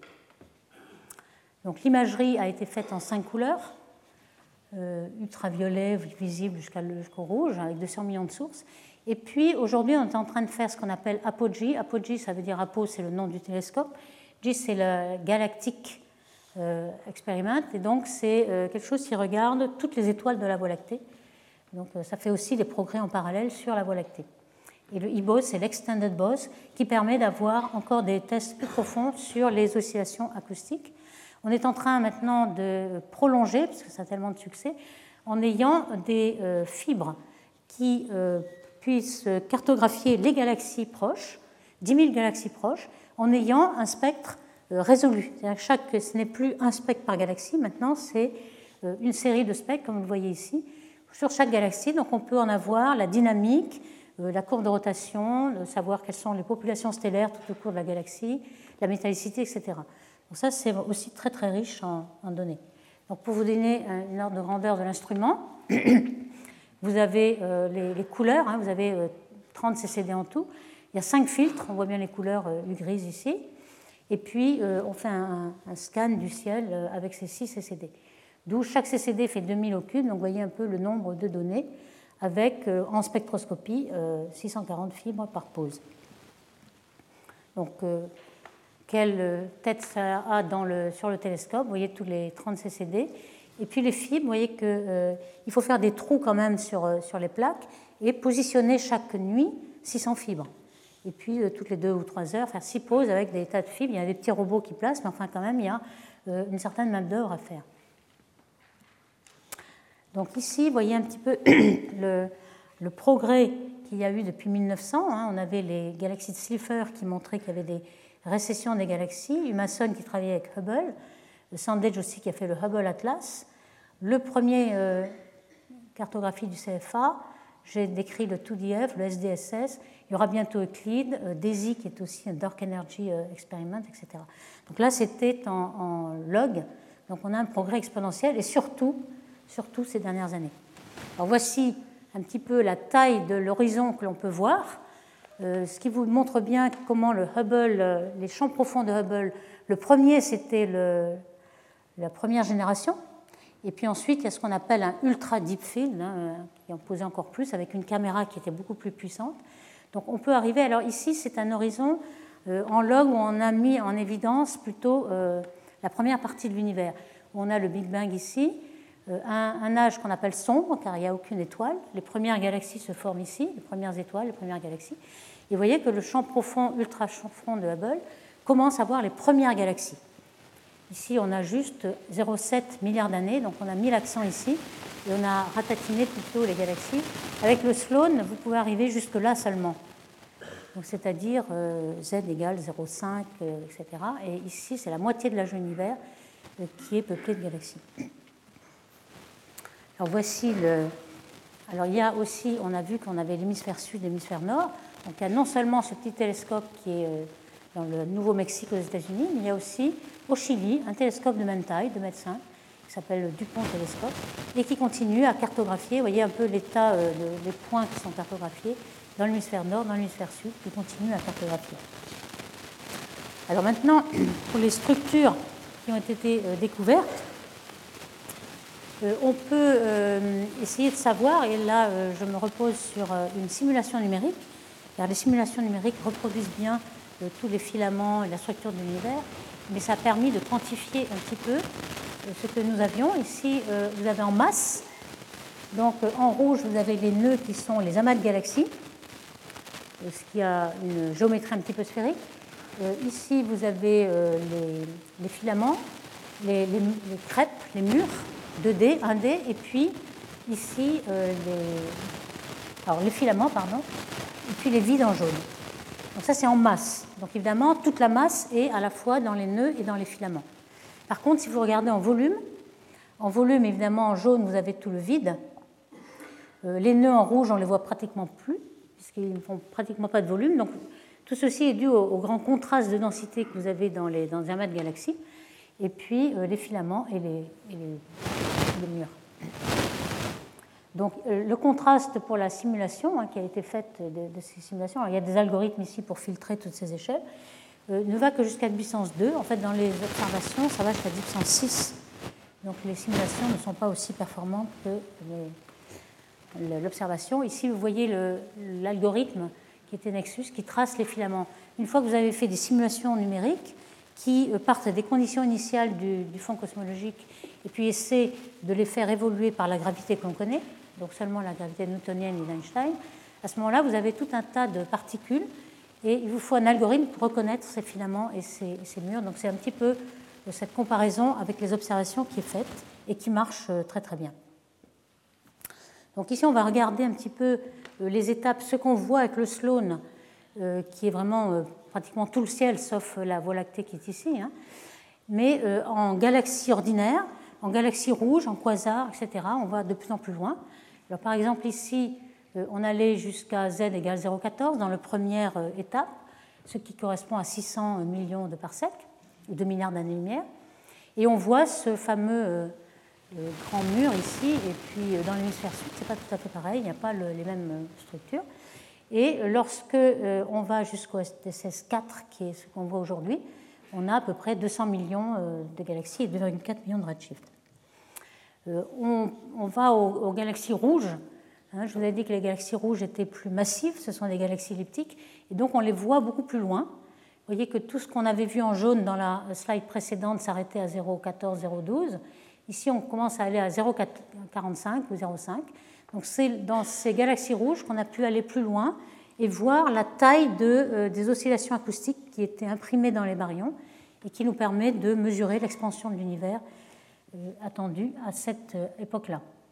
Donc l'imagerie a été faite en cinq couleurs, euh, ultraviolet, visible jusqu'à, jusqu'au rouge, avec deux cents millions de sources. Et puis aujourd'hui, on est en train de faire ce qu'on appelle Apogee. Apogee, ça veut dire Apo, c'est le nom du télescope. G, c'est le Galactic euh, Experiment. Et donc, c'est euh, quelque chose qui regarde toutes les étoiles de la Voie lactée. Donc, euh, ça fait aussi des progrès en parallèle sur la Voie lactée. Et le E B O S, c'est l'Extended B O S, qui permet d'avoir encore des tests plus profonds sur les oscillations acoustiques. On est en train maintenant de prolonger, parce que ça a tellement de succès, en ayant des euh, fibres qui euh, puissent cartographier les galaxies proches, dix mille galaxies proches, en ayant un spectre euh, résolu. C'est-à-dire que chaque, ce n'est plus un spectre par galaxie, maintenant c'est euh, une série de spectres, comme vous le voyez ici, sur chaque galaxie. Donc on peut en avoir la dynamique, euh, la courbe de rotation, savoir quelles sont les populations stellaires tout au cours de la galaxie, la métallicité, et cetera. Donc ça, c'est aussi très très riche en, en données. Donc pour vous donner une ordre de grandeur de l'instrument, vous avez euh, les, les couleurs, hein, vous avez euh, trente C C D en tout. Il y a cinq filtres, on voit bien les couleurs euh, grises ici. Et puis euh, on fait un, un scan du ciel euh, avec ces six C C D. D'où chaque C C D fait deux mille au cube, donc vous voyez un peu le nombre de données, avec euh, en spectroscopie euh, six cent quarante fibres par pose. Donc euh, quelle tête ça a dans le, sur le télescope, vous voyez tous les trente C C D. Et puis les fibres, vous voyez qu'il euh, faut faire des trous quand même sur, euh, sur les plaques et positionner chaque nuit six cents fibres. Et puis euh, toutes les deux ou trois heures, faire six pauses avec des tas de fibres. Il y a des petits robots qui placent, mais enfin quand même, il y a euh, une certaine main d'œuvre à faire. Donc ici, vous voyez un petit peu le le progrès qu'il y a eu depuis mille neuf cents. Hein, on avait les galaxies de Slipher qui montraient qu'il y avait des récessions des galaxies, Humason qui travaillait avec Hubble, Sandage aussi qui a fait le Hubble Atlas, le premier euh, cartographie du C F A, j'ai décrit le deux D F, le S D S S, il y aura bientôt Euclide, euh, DESY qui est aussi un Dark Energy euh, Experiment, et cetera. Donc là, c'était en, en log, donc on a un progrès exponentiel, et surtout, surtout ces dernières années. Alors voici un petit peu la taille de l'horizon que l'on peut voir, euh, ce qui vous montre bien comment le Hubble, euh, les champs profonds de Hubble, le premier c'était le, la première génération, et puis ensuite il y a ce qu'on appelle un ultra deep field, hein, qui en posait encore plus, avec une caméra qui était beaucoup plus puissante. Donc on peut arriver, alors ici c'est un horizon euh, en log où on a mis en évidence plutôt euh, la première partie de l'univers. On a le Big Bang ici, euh, un, un âge qu'on appelle sombre car il n'y a aucune étoile. Les premières galaxies se forment ici, les premières étoiles, les premières galaxies. Et vous voyez que le champ profond, ultra champ profond de Hubble commence à voir les premières galaxies. Ici on a juste zéro virgule sept milliards d'années, donc on a mis l'accent ici. Et on a ratatiné plutôt les galaxies. Avec le Sloan, vous pouvez arriver jusque-là seulement. Donc, c'est-à-dire euh, Z égale zéro virgule cinq, euh, et cetera. Et ici, c'est la moitié de l'âge de l'univers euh, qui est peuplé de galaxies. Alors, voici le... Alors, il y a aussi, on a vu qu'on avait l'hémisphère sud et l'hémisphère nord. Donc, il y a non seulement ce petit télescope qui est euh, dans le Nouveau-Mexique aux États-Unis, mais il y a aussi au Chili un télescope de même taille, deux mètres cinq, qui s'appelle le Dupont télescope, et qui continue à cartographier, vous voyez un peu l'état euh, des points qui sont cartographiés dans l'hémisphère nord, dans l'hémisphère sud, qui continue à cartographier. Alors maintenant, pour les structures qui ont été euh, découvertes, euh, on peut euh, essayer de savoir, et là euh, je me repose sur euh, une simulation numérique, car les simulations numériques reproduisent bien euh, tous les filaments et la structure de l'univers, mais ça a permis de quantifier un petit peu ce que nous avions. Ici, euh, vous avez en masse, donc euh, en rouge, vous avez les nœuds qui sont les amas de galaxies, euh, ce qui a une géométrie un petit peu sphérique. Euh, ici, vous avez euh, les, les filaments, les, les, les crêpes, les murs, deux D, un D, et puis ici, euh, les, alors, les filaments, pardon, et puis les vides en jaune. Donc ça, c'est en masse. Donc évidemment, toute la masse est à la fois dans les nœuds et dans les filaments. Par contre, si vous regardez en volume, en volume, évidemment, en jaune, vous avez tout le vide. Euh, les nœuds en rouge, on ne les voit pratiquement plus, puisqu'ils ne font pratiquement pas de volume. Donc, tout ceci est dû au, au grand contraste de densité que vous avez dans les, dans les amas de galaxies, et puis euh, les filaments et les, et les, les murs. Donc, euh, le contraste pour la simulation, hein, qui a été faite de, de ces simulations, alors, il y a des algorithmes ici pour filtrer toutes ces échelles, Euh, ne va que jusqu'à puissance deux. En fait, dans les observations, ça va jusqu'à puissance six. Donc, les simulations ne sont pas aussi performantes que les, l'observation. Ici, vous voyez l'algorithme qui était Nexus, qui trace les filaments. Une fois que vous avez fait des simulations numériques qui partent des conditions initiales du, du fond cosmologique et puis essaient de les faire évoluer par la gravité que l'on connaît, donc seulement la gravité newtonienne et d'Einstein, à ce moment-là, vous avez tout un tas de particules. Et il vous faut un algorithme pour reconnaître ces filaments et ces, ces murs. Donc c'est un petit peu cette comparaison avec les observations qui est faite et qui marche très très bien. Donc ici on va regarder un petit peu les étapes, ce qu'on voit avec le Sloan, euh, qui est vraiment euh, pratiquement tout le ciel sauf la Voie lactée qui est ici, hein. Mais euh, en galaxie ordinaire, en galaxie rouge, en quasar, et cetera, on va de plus en plus loin. Alors par exemple ici, on allait jusqu'à Z égale zéro virgule quatorze dans la première étape, ce qui correspond à six cents millions de parsecs, ou deux milliards d'années-lumière. Et on voit ce fameux euh, grand mur ici, et puis dans l'hémisphère sud, ce n'est pas tout à fait pareil, il n'y a pas le, les mêmes structures. Et lorsque euh, on va jusqu'au S D S quatre, qui est ce qu'on voit aujourd'hui, on a à peu près deux cents millions euh, de galaxies et deux virgule quatre millions de redshift. Euh, on, on va aux, aux galaxies rouges. Je vous ai dit que les galaxies rouges étaient plus massives, ce sont des galaxies elliptiques, et donc on les voit beaucoup plus loin. Vous voyez que tout ce qu'on avait vu en jaune dans la slide précédente s'arrêtait à zéro virgule quatorze, zéro virgule douze. Ici, on commence à aller à zéro virgule quarante-cinq ou zéro virgule cinq. Donc c'est dans ces galaxies rouges qu'on a pu aller plus loin et voir la taille de, euh, des oscillations acoustiques qui étaient imprimées dans les baryons et qui nous permet de mesurer l'expansion de l'univers euh, attendue à cette euh, époque-là.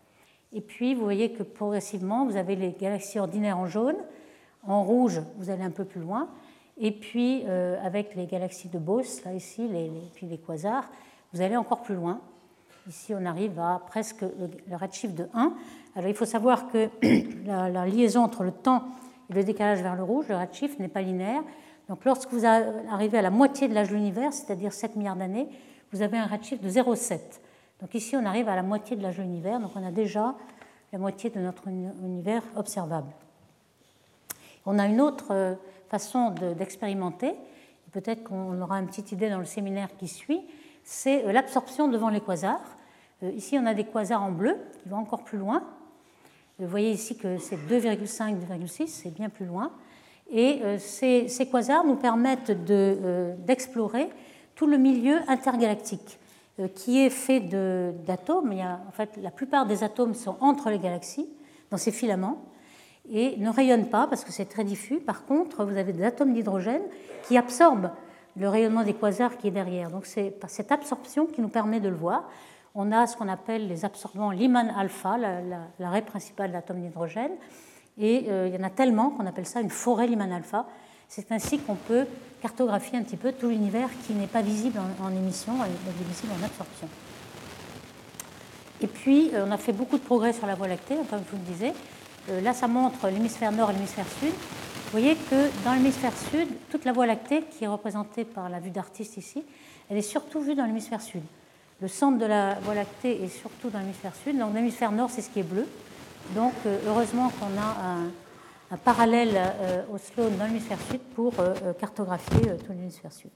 Et puis, vous voyez que progressivement, vous avez les galaxies ordinaires en jaune. En rouge, vous allez un peu plus loin. Et puis, euh, avec les galaxies de Bose, là, ici, les, les, puis les quasars, vous allez encore plus loin. Ici, on arrive à presque le, le redshift de un. Alors, il faut savoir que la, la liaison entre le temps et le décalage vers le rouge, le redshift, n'est pas linéaire. Donc, lorsque vous arrivez à la moitié de l'âge de l'univers, c'est-à-dire sept milliards d'années, vous avez un redshift de zéro virgule sept. Donc, ici, on arrive à la moitié de l'âge de l'univers. Donc, on a déjà la moitié de notre univers observable. On a une autre façon d'expérimenter, peut-être qu'on aura une petite idée dans le séminaire qui suit, c'est l'absorption devant les quasars. Ici, on a des quasars en bleu qui vont encore plus loin. Vous voyez ici que c'est deux virgule cinq, deux virgule six, c'est bien plus loin. Et ces, ces quasars nous permettent d'explorer de, tout le milieu intergalactique qui est fait d'atomes. En fait, la plupart des atomes sont entre les galaxies, dans ces filaments, et ne rayonnent pas parce que c'est très diffus. Par contre, vous avez des atomes d'hydrogène qui absorbent le rayonnement des quasars qui est derrière. Donc c'est cette absorption qui nous permet de le voir. On a ce qu'on appelle les absorbants Lyman alpha, la, la, la raie principale de l'atome d'hydrogène, et euh, il y en a tellement qu'on appelle ça une forêt Lyman alpha. C'est ainsi qu'on peut cartographier un petit peu tout l'univers qui n'est pas visible en, en émission, mais visible en absorption. Et puis, euh, on a fait beaucoup de progrès sur la Voie lactée, comme je vous le disais. Euh, là, ça montre l'hémisphère nord et l'hémisphère sud. Vous voyez que dans l'hémisphère sud, toute la Voie lactée, qui est représentée par la vue d'artiste ici, elle est surtout vue dans l'hémisphère sud. Le centre de la Voie lactée est surtout dans l'hémisphère sud. Donc, l'hémisphère nord, c'est ce qui est bleu. Donc, euh, heureusement qu'on a un, un parallèle euh, au Sloan dans l'hémisphère sud pour euh, cartographier euh, tout l'hémisphère sud.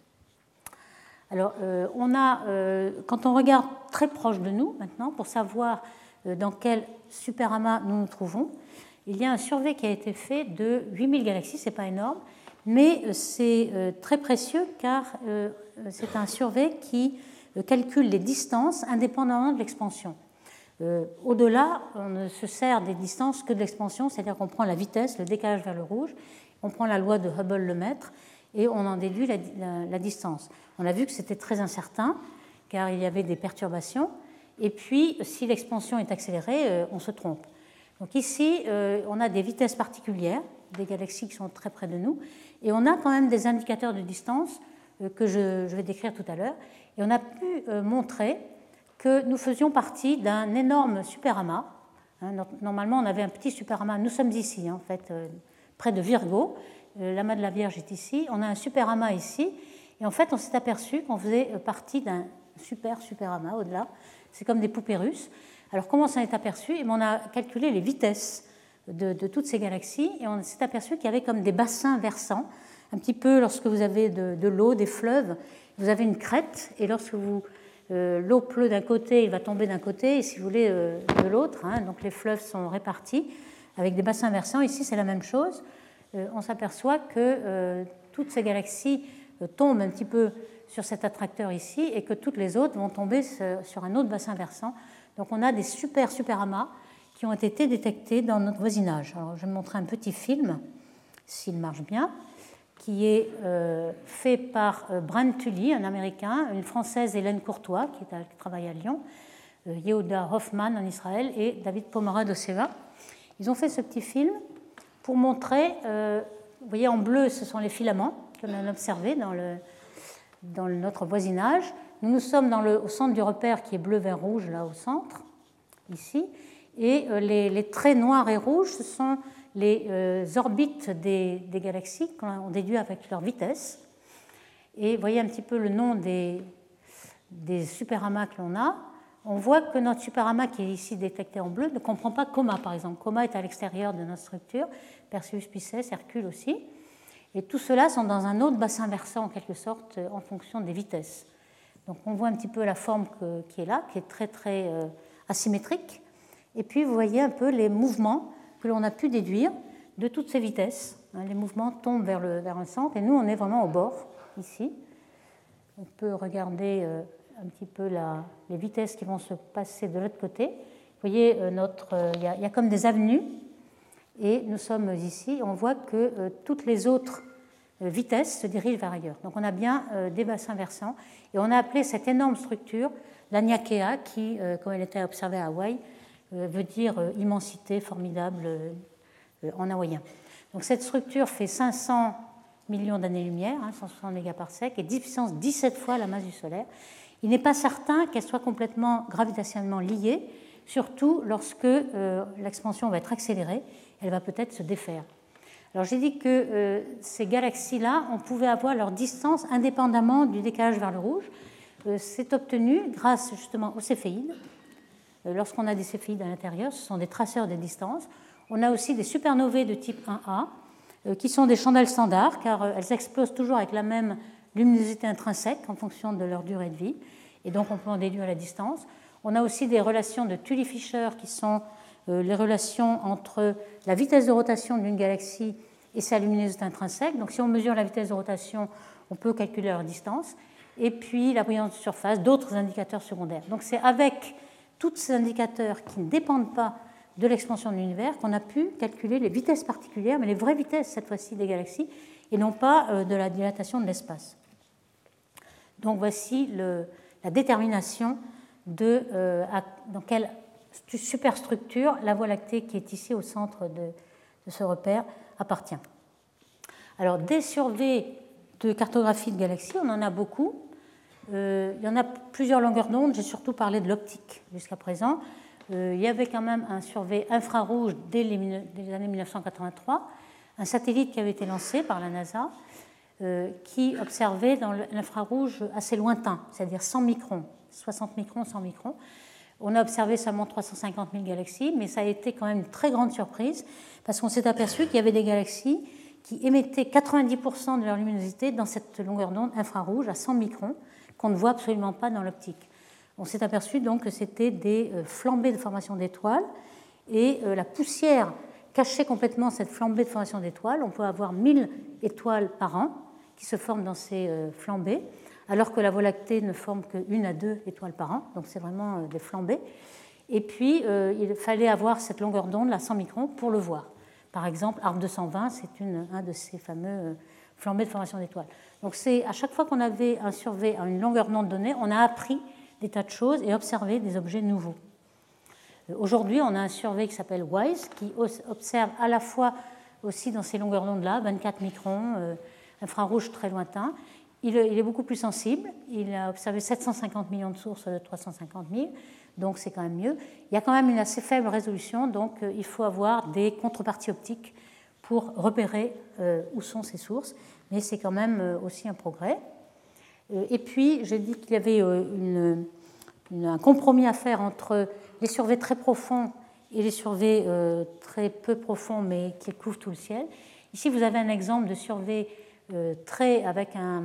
Alors, euh, on a, euh, quand on regarde très proche de nous, maintenant, pour savoir euh, dans quel superamas nous nous trouvons, il y a un survey qui a été fait de huit mille galaxies, ce n'est pas énorme, mais euh, c'est euh, très précieux car euh, c'est un survey qui euh, calcule les distances indépendamment de l'expansion. Euh, au-delà, on ne se sert des distances que de l'expansion, c'est-à-dire qu'on prend la vitesse, le décalage vers le rouge, on prend la loi de Hubble le mètre, et on en déduit la, la, la distance. On a vu que c'était très incertain, car il y avait des perturbations, et puis si l'expansion est accélérée, euh, on se trompe. Donc ici, euh, on a des vitesses particulières, des galaxies qui sont très près de nous, et on a quand même des indicateurs de distance euh, que je, je vais décrire tout à l'heure, et on a pu euh, montrer que nous faisions partie d'un énorme superamas. Hein, normalement, on avait un petit superamas, nous sommes ici, hein, en fait, euh, près de Virgo, l'amas de la Vierge est ici, on a un superamas ici, et en fait on s'est aperçu qu'on faisait partie d'un super superamas au-delà, c'est comme des poupées russes. Alors comment on s'en est aperçu? Et bien, on a calculé les vitesses de, de toutes ces galaxies, et on s'est aperçu qu'il y avait comme des bassins versants, un petit peu lorsque vous avez de, de l'eau, des fleuves, vous avez une crête, et lorsque vous, euh, l'eau pleut d'un côté, il va tomber d'un côté, et si vous voulez, euh, de l'autre, hein, donc les fleuves sont répartis, avec des bassins versants, ici c'est la même chose. On s'aperçoit que euh, toutes ces galaxies euh, tombent un petit peu sur cet attracteur ici et que toutes les autres vont tomber sur un autre bassin versant. Donc on a des super superamas qui ont été détectés dans notre voisinage. Alors je vais vous montrer un petit film, s'il marche bien, qui est euh, fait par euh, Brent Tully, un Américain, une Française, Hélène Courtois, qui, est à, qui travaille à Lyon, euh, Yehuda Hoffman en Israël et David Pomerad au Seva. Ils ont fait ce petit film pour montrer, euh, vous voyez en bleu, ce sont les filaments que l'on a observés dans, le, dans le, notre voisinage. Nous nous sommes dans le, au centre du repère qui est bleu vers rouge, là au centre, ici. Et euh, les, les traits noirs et rouges, ce sont les euh, orbites des, des galaxies qu'on déduit avec leur vitesse. Et vous voyez un petit peu le nom des, des superamas que l'on a. On voit que notre superamas qui est ici détecté en bleu ne comprend pas Coma, par exemple. Coma est à l'extérieur de notre structure, Perseus, Pisces, Hercule aussi. Et tout cela sont dans un autre bassin versant, en quelque sorte, en fonction des vitesses. Donc on voit un petit peu la forme que, qui est là, qui est très, très euh, asymétrique. Et puis vous voyez un peu les mouvements que l'on a pu déduire de toutes ces vitesses. Hein, les mouvements tombent vers, le, vers un centre, et nous, on est vraiment au bord, ici. On peut regarder... Euh, un petit peu la, les vitesses qui vont se passer de l'autre côté. Vous voyez, euh, notre, euh, y a, y a comme des avenues, et nous sommes ici, on voit que euh, toutes les autres euh, vitesses se dirigent vers ailleurs. Donc on a bien euh, des bassins versants, et on a appelé cette énorme structure l'Aniakea, qui, euh, comme elle était observée à Hawaï, euh, veut dire euh, immensité, formidable euh, en hawaïen. Donc cette structure fait cinq cents millions d'années-lumière, hein, cent soixante mégaparsecs, et dix puissance dix-sept fois la masse du solaire. Il n'est pas certain qu'elle soit complètement gravitationnellement liée, surtout lorsque euh, l'expansion va être accélérée, elle va peut-être se défaire. Alors j'ai dit que euh, ces galaxies-là, on pouvait avoir leur distance indépendamment du décalage vers le rouge. Euh, c'est obtenu grâce justement aux céphéides. Euh, lorsqu'on a des céphéides à l'intérieur, ce sont des traceurs des distances. On a aussi des supernovae de type un A, euh, qui sont des chandelles standards, car euh, elles explosent toujours avec la même luminosité intrinsèque en fonction de leur durée de vie, et donc on peut en déduire la distance. On a aussi des relations de Tully-Fisher qui sont euh, les relations entre la vitesse de rotation d'une galaxie et sa luminosité intrinsèque. Donc si on mesure la vitesse de rotation, on peut calculer leur distance. Et puis la brillance de surface, d'autres indicateurs secondaires. Donc c'est avec tous ces indicateurs qui ne dépendent pas de l'expansion de l'univers qu'on a pu calculer les vitesses particulières, mais les vraies vitesses cette fois-ci des galaxies, et non pas euh, de la dilatation de l'espace. Donc voici le, la détermination de euh, à, dans quelle superstructure la Voie lactée qui est ici au centre de, de ce repère appartient. Alors des surveys de cartographie de galaxies, on en a beaucoup. Euh, il y en a plusieurs longueurs d'onde, j'ai surtout parlé de l'optique jusqu'à présent. Euh, il y avait quand même un survey infrarouge dès les, les années mille neuf cent quatre-vingt-trois, un satellite qui avait été lancé par la NASA, euh, qui observait dans l'infrarouge assez lointain, c'est-à-dire cent microns, soixante microns, cent microns. On a observé seulement trois cent cinquante mille galaxies, mais ça a été quand même une très grande surprise, parce qu'on s'est aperçu qu'il y avait des galaxies qui émettaient quatre-vingt-dix pour cent de leur luminosité dans cette longueur d'onde infrarouge à cent microns, qu'on ne voit absolument pas dans l'optique. On s'est aperçu donc que c'était des flambées de formation d'étoiles, et la poussière cachait complètement cette flambée de formation d'étoiles. On peut avoir mille étoiles par an qui se forment dans ces flambées, alors que la Voie lactée ne forme qu'une à deux étoiles par an, donc c'est vraiment des flambées. Et puis, euh, il fallait avoir cette longueur d'onde, à cent microns, pour le voir. Par exemple, A R C deux cent vingt, c'est une, un de ces fameux flambées de formation d'étoiles. Donc, c'est, à chaque fois qu'on avait un survey à une longueur d'onde donnée, on a appris des tas de choses et observé des objets nouveaux. Aujourd'hui, on a un survey qui s'appelle WISE, qui observe à la fois aussi dans ces longueurs d'onde-là, vingt-quatre microns, euh, infrarouge très lointain. Il, il est beaucoup plus sensible. Il a observé sept cent cinquante millions de sources de trois cent cinquante mille, donc c'est quand même mieux. Il y a quand même une assez faible résolution, donc euh, il faut avoir des contreparties optiques pour repérer euh, où sont ces sources, mais c'est quand même euh, aussi un progrès. Euh, et puis, j'ai dit qu'il y avait euh, une, une, un compromis à faire entre les surveys très profonds et les surveys euh, très peu profonds, mais qui couvrent tout le ciel. Ici, vous avez un exemple de survey euh, très, avec un,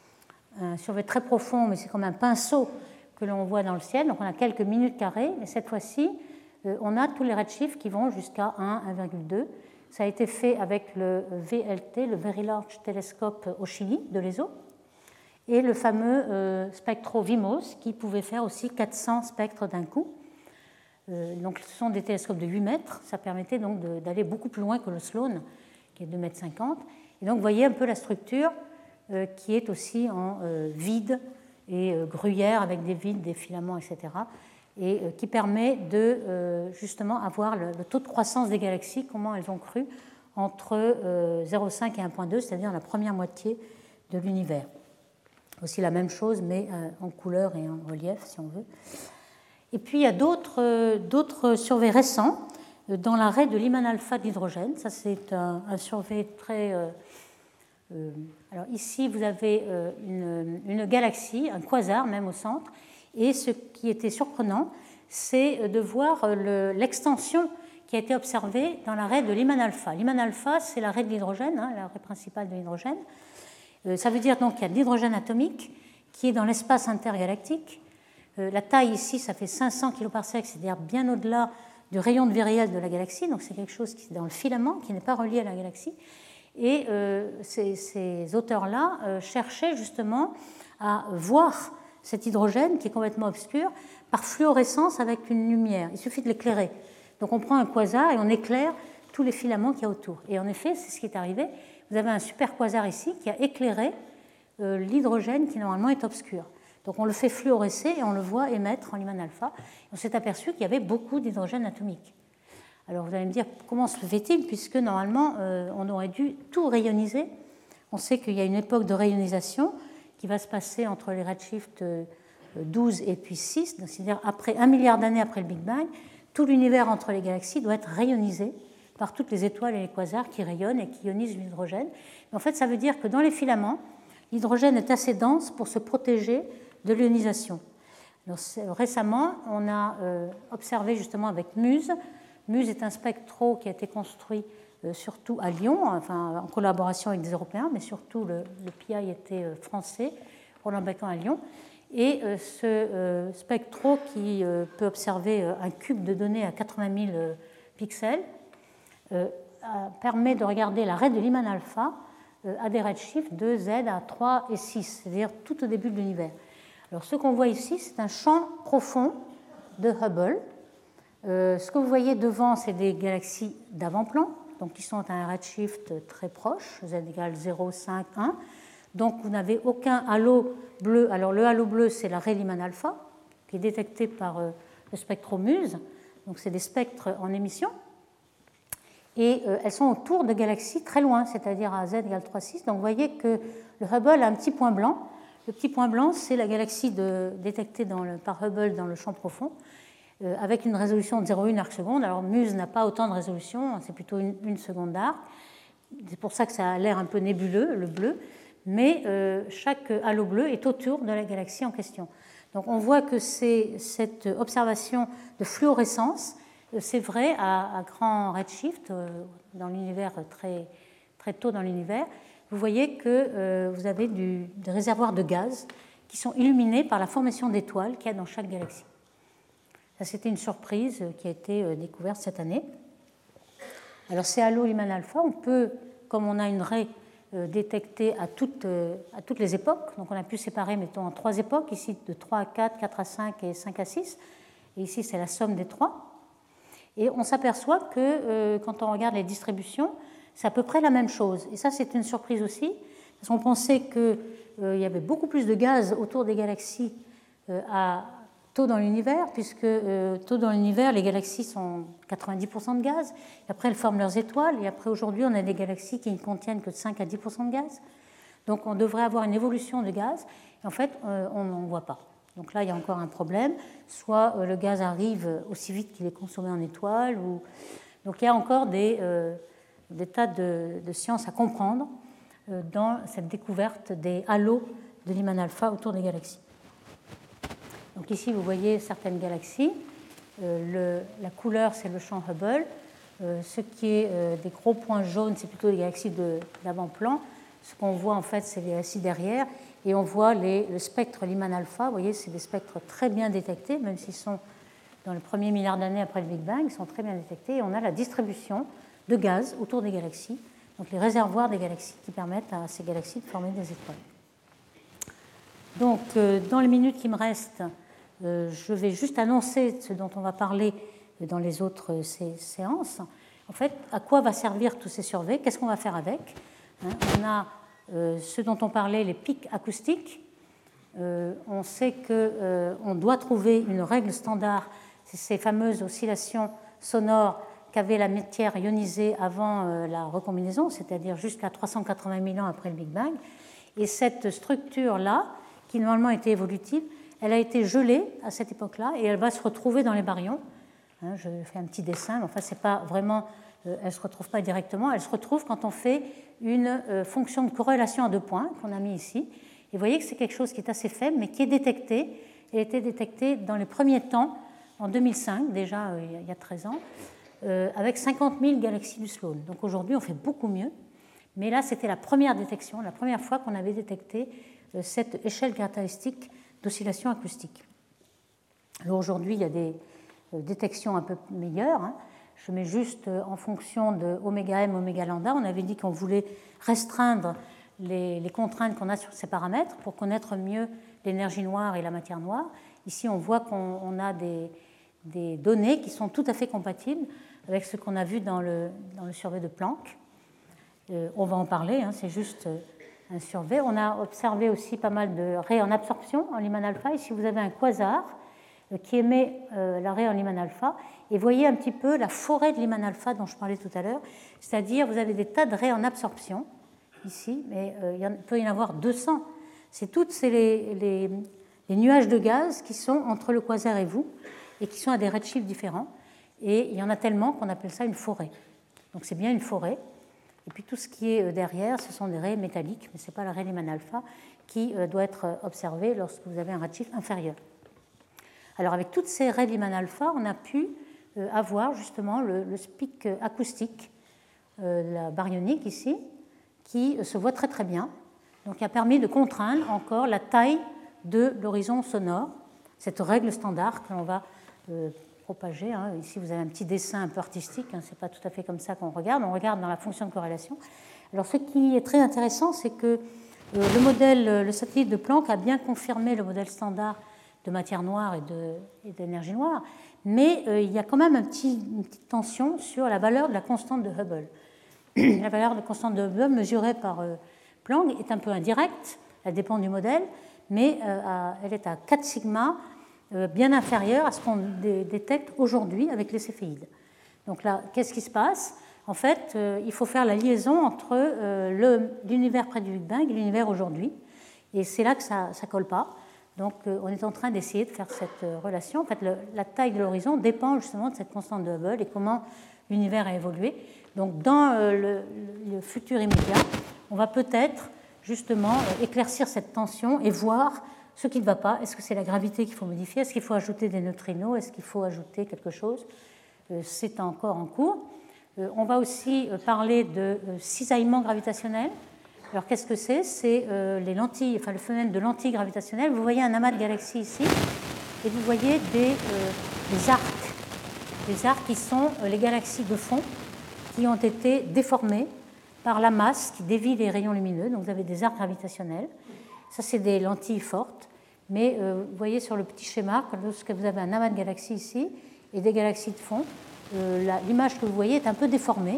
un survey très profond, mais c'est comme un pinceau que l'on voit dans le ciel. Donc, on a quelques minutes carrées, mais cette fois-ci, euh, on a tous les redshifts qui vont jusqu'à un, un virgule deux. Ça a été fait avec le V L T, le Very Large Telescope au Chili, de l'E S O, et le fameux euh, SpectroVimos, qui pouvait faire aussi quatre cents spectres d'un coup. Euh, donc, ce sont des télescopes de huit mètres. Ça permettait donc de, d'aller beaucoup plus loin que le Sloan, qui est deux virgule cinquante mètres. Et donc, vous voyez un peu la structure euh, qui est aussi en euh, vide et euh, gruyère avec des vides, des filaments, et cetera, et euh, qui permet de euh, justement avoir le, le taux de croissance des galaxies, comment elles ont cru entre euh, zéro virgule cinq et un virgule deux, c'est-à-dire la première moitié de l'univers. Aussi la même chose, mais euh, en couleur et en relief, si on veut. Et puis, il y a d'autres, euh, d'autres surveys récents euh, dans l'arrêt de l'Iman alpha de l'hydrogène. Ça, c'est un, un survey très... Euh, euh, alors ici, vous avez euh, une, une galaxie, un quasar même au centre. Et ce qui était surprenant, c'est de voir le, l'extension qui a été observée dans l'arrêt de l'Iman alpha. L'Iman alpha, c'est l'arrêt de l'hydrogène, hein, l'arrêt principal de l'hydrogène. Euh, ça veut dire donc qu'il y a de l'hydrogène atomique qui est dans l'espace intergalactique. Euh, la taille ici, ça fait cinq cents kiloparsecs, c'est-à-dire bien au-delà du rayon de vie réel de la galaxie. Donc c'est quelque chose qui est dans le filament, qui n'est pas relié à la galaxie. Et euh, ces, ces auteurs-là euh, cherchaient justement à voir cet hydrogène qui est complètement obscur par fluorescence avec une lumière. Il suffit de l'éclairer. Donc on prend un quasar et on éclaire tous les filaments qu'il y a autour. Et en effet, c'est ce qui est arrivé. Vous avez un super quasar ici qui a éclairé euh, l'hydrogène qui normalement est obscur. Donc on le fait fluorescer et on le voit émettre en Lyman alpha. On s'est aperçu qu'il y avait beaucoup d'hydrogène atomique. Alors vous allez me dire, comment se fait-il, puisque normalement euh, on aurait dû tout rayoniser. On sait qu'il y a une époque de rayonisation qui va se passer entre les redshifts douze et puis six, c'est-à-dire après un milliard d'années après le Big Bang, tout l'univers entre les galaxies doit être rayonisé par toutes les étoiles et les quasars qui rayonnent et qui ionisent l'hydrogène. En fait, ça veut dire que dans les filaments, l'hydrogène est assez dense pour se protéger de l'ionisation. Récemment, on a euh, observé justement avec MUSE. MUSE est un spectro qui a été construit euh, surtout à Lyon, enfin, en collaboration avec des Européens, mais surtout le, le P I était euh, français, Roland Bacon à Lyon. Et euh, ce euh, spectro qui euh, peut observer euh, un cube de données à quatre-vingt mille euh, pixels euh, permet de regarder la raie de Lyman alpha euh, à des redshifts de Z à trois et six, c'est-à-dire tout au début de l'univers. Alors ce qu'on voit ici, c'est un champ profond de Hubble. Euh, ce que vous voyez devant, c'est des galaxies d'avant-plan, donc qui sont à un redshift très proche, Z égale zéro, cinq, un. Donc vous n'avez aucun halo bleu. Alors le halo bleu, c'est la raie Lyman alpha, qui est détectée par euh, le spectromuse. Donc c'est des spectres en émission. Et euh, elles sont autour de galaxies très loin, c'est-à-dire à Z égale trois, six. Donc vous voyez que le Hubble a un petit point blanc. Le petit point blanc, c'est la galaxie de, détectée dans le, par Hubble dans le champ profond, euh, avec une résolution de zéro virgule un arc seconde. Alors MUSE n'a pas autant de résolution, c'est plutôt une, une seconde d'arc. C'est pour ça que ça a l'air un peu nébuleux, le bleu. Mais euh, chaque halo bleu est autour de la galaxie en question. Donc on voit que c'est cette observation de fluorescence, c'est vrai à, à grand redshift, euh, dans l'univers très, très tôt dans l'univers. Vous voyez que euh, vous avez du, des réservoirs de gaz qui sont illuminés par la formation d'étoiles qu'il y a dans chaque galaxie. Ça, c'était une surprise qui a été euh, découverte cette année. Alors ces halos Lyman alpha, on peut, comme on a une raie euh, détectée à toutes, euh, à toutes les époques, donc on a pu séparer, mettons, en trois époques, ici de trois à quatre, quatre à cinq et cinq à six, et ici c'est la somme des trois. Et on s'aperçoit que euh, quand on regarde les distributions, c'est à peu près la même chose. Et ça, c'est une surprise aussi, parce qu'on pensait qu'il euh, y avait beaucoup plus de gaz autour des galaxies euh, à, tôt dans l'univers, puisque euh, tôt dans l'univers, les galaxies sont quatre-vingt-dix pour cent de gaz, et après elles forment leurs étoiles, et après aujourd'hui, on a des galaxies qui ne contiennent que de cinq à dix pour cent de gaz. Donc on devrait avoir une évolution de gaz, et en fait, euh, on n'en voit pas. Donc là, il y a encore un problème. Soit euh, le gaz arrive aussi vite qu'il est consommé en étoiles, ou... donc il y a encore des... Euh, des tas de, de sciences à comprendre euh, dans cette découverte des halos de Lyman alpha autour des galaxies. Donc ici, vous voyez certaines galaxies. Euh, le, la couleur, c'est le champ Hubble. Euh, ce qui est euh, des gros points jaunes, c'est plutôt les galaxies de, d'avant-plan. Ce qu'on voit, en fait, c'est les galaxies derrière. Et on voit les, le spectre Lyman alpha. Vous voyez, c'est des spectres très bien détectés, même s'ils sont dans le premier milliard d'années après le Big Bang. Ils sont très bien détectés. Et on a la distribution de gaz autour des galaxies, donc les réservoirs des galaxies qui permettent à ces galaxies de former des étoiles. Donc, euh, dans les minutes qui me restent, euh, je vais juste annoncer ce dont on va parler dans les autres euh, sé- séances. En fait, à quoi va servir tous ces surveys? Qu'est-ce qu'on va faire avec? hein, On a euh, ce dont on parlait, les pics acoustiques. Euh, on sait qu'on euh, doit trouver une règle standard, c'est ces fameuses oscillations sonores qu'avait la matière ionisée avant euh, la recombinaison, c'est-à-dire jusqu'à trois cent quatre-vingt mille ans après le Big Bang. Et cette structure-là, qui normalement était évolutive, elle a été gelée à cette époque-là et elle va se retrouver dans les baryons. Hein, je fais un petit dessin, mais enfin, c'est pas vraiment, euh, elle ne se retrouve pas directement, elle se retrouve quand on fait une euh, fonction de corrélation à deux points qu'on a mis ici. Et vous voyez que c'est quelque chose qui est assez faible, mais qui est détecté. Elle a été détectée dans les premiers temps, en deux mille cinq, déjà euh, il y a treize ans, Euh, avec cinquante mille galaxies du Sloan. Donc aujourd'hui, on fait beaucoup mieux. Mais là, c'était la première détection, la première fois qu'on avait détecté euh, cette échelle caractéristique d'oscillation acoustique. Alors aujourd'hui, il y a des euh, détections un peu meilleures. Hein. Je mets juste euh, en fonction de oméga m, oméga lambda. On avait dit qu'on voulait restreindre les, les contraintes qu'on a sur ces paramètres pour connaître mieux l'énergie noire et la matière noire. Ici, on voit qu'on on a des, des données qui sont tout à fait compatibles avec ce qu'on a vu dans le, dans le survey de Planck. Euh, on va en parler, hein, c'est juste un survey. On a observé aussi pas mal de raies en absorption en Lyman alpha. Ici, vous avez un quasar qui émet euh, la raie en Lyman alpha. Et voyez un petit peu la forêt de Lyman alpha dont je parlais tout à l'heure. C'est-à-dire, vous avez des tas de raies en absorption, ici, mais euh, il peut y en avoir deux cents. C'est toutes ces, les, les, les nuages de gaz qui sont entre le quasar et vous, et qui sont à des redshifts différents. Et il y en a tellement qu'on appelle ça une forêt. Donc c'est bien une forêt. Et puis tout ce qui est derrière, ce sont des raies métalliques, mais ce n'est pas la raie Lyman alpha qui euh, doit être observée lorsque vous avez un redshift inférieur. Alors avec toutes ces raies Lyman alpha, on a pu euh, avoir justement le, le spic acoustique, euh, la baryonique ici, qui euh, se voit très très bien. Donc qui a permis de contraindre encore la taille de l'horizon sonore, cette règle standard que l'on va euh, propager. Hein. Ici vous avez un petit dessin un peu artistique, hein. Ce n'est pas tout à fait comme ça qu'on regarde, on regarde dans la fonction de corrélation. Alors ce qui est très intéressant, c'est que euh, le modèle, le satellite de Planck a bien confirmé le modèle standard de matière noire et d'énergie noire, mais euh, il y a quand même un petit, une petite tension sur la valeur de la constante de Hubble. La valeur de la constante de Hubble mesurée par euh, Planck est un peu indirecte, elle dépend du modèle, mais euh, à, elle est à quatre sigma, euh, bien inférieure à ce qu'on dé détecte aujourd'hui avec les céphéides. Donc là, qu'est-ce qui se passe? En fait, euh, il faut faire la liaison entre euh, l'univers près du Big Bang et l'univers aujourd'hui, et c'est là que ça ne colle pas. Donc on est en train d'essayer de faire cette relation. En fait, le, la taille de l'horizon dépend justement de cette constante de Hubble et comment l'univers a évolué. Donc dans le, le futur immédiat, on va peut-être justement éclaircir cette tension et voir ce qui ne va pas. Est-ce que c'est la gravité qu'il faut modifier? Est-ce qu'il faut ajouter des neutrinos? Est-ce qu'il faut ajouter quelque chose? C'est encore en cours. On va aussi parler de cisaillement gravitationnel. Alors qu'est-ce que c'est? C'est euh, les lentilles, enfin le phénomène de lentilles gravitationnelles. Vous voyez un amas de galaxies ici, et vous voyez des, euh, des arcs, des arcs qui sont euh, les galaxies de fond qui ont été déformées par la masse qui dévie les rayons lumineux. Donc vous avez des arcs gravitationnels. Ça c'est des lentilles fortes, mais euh, vous voyez sur le petit schéma que lorsque vous avez un amas de galaxies ici et des galaxies de fond, euh, l'image que vous voyez est un peu déformée.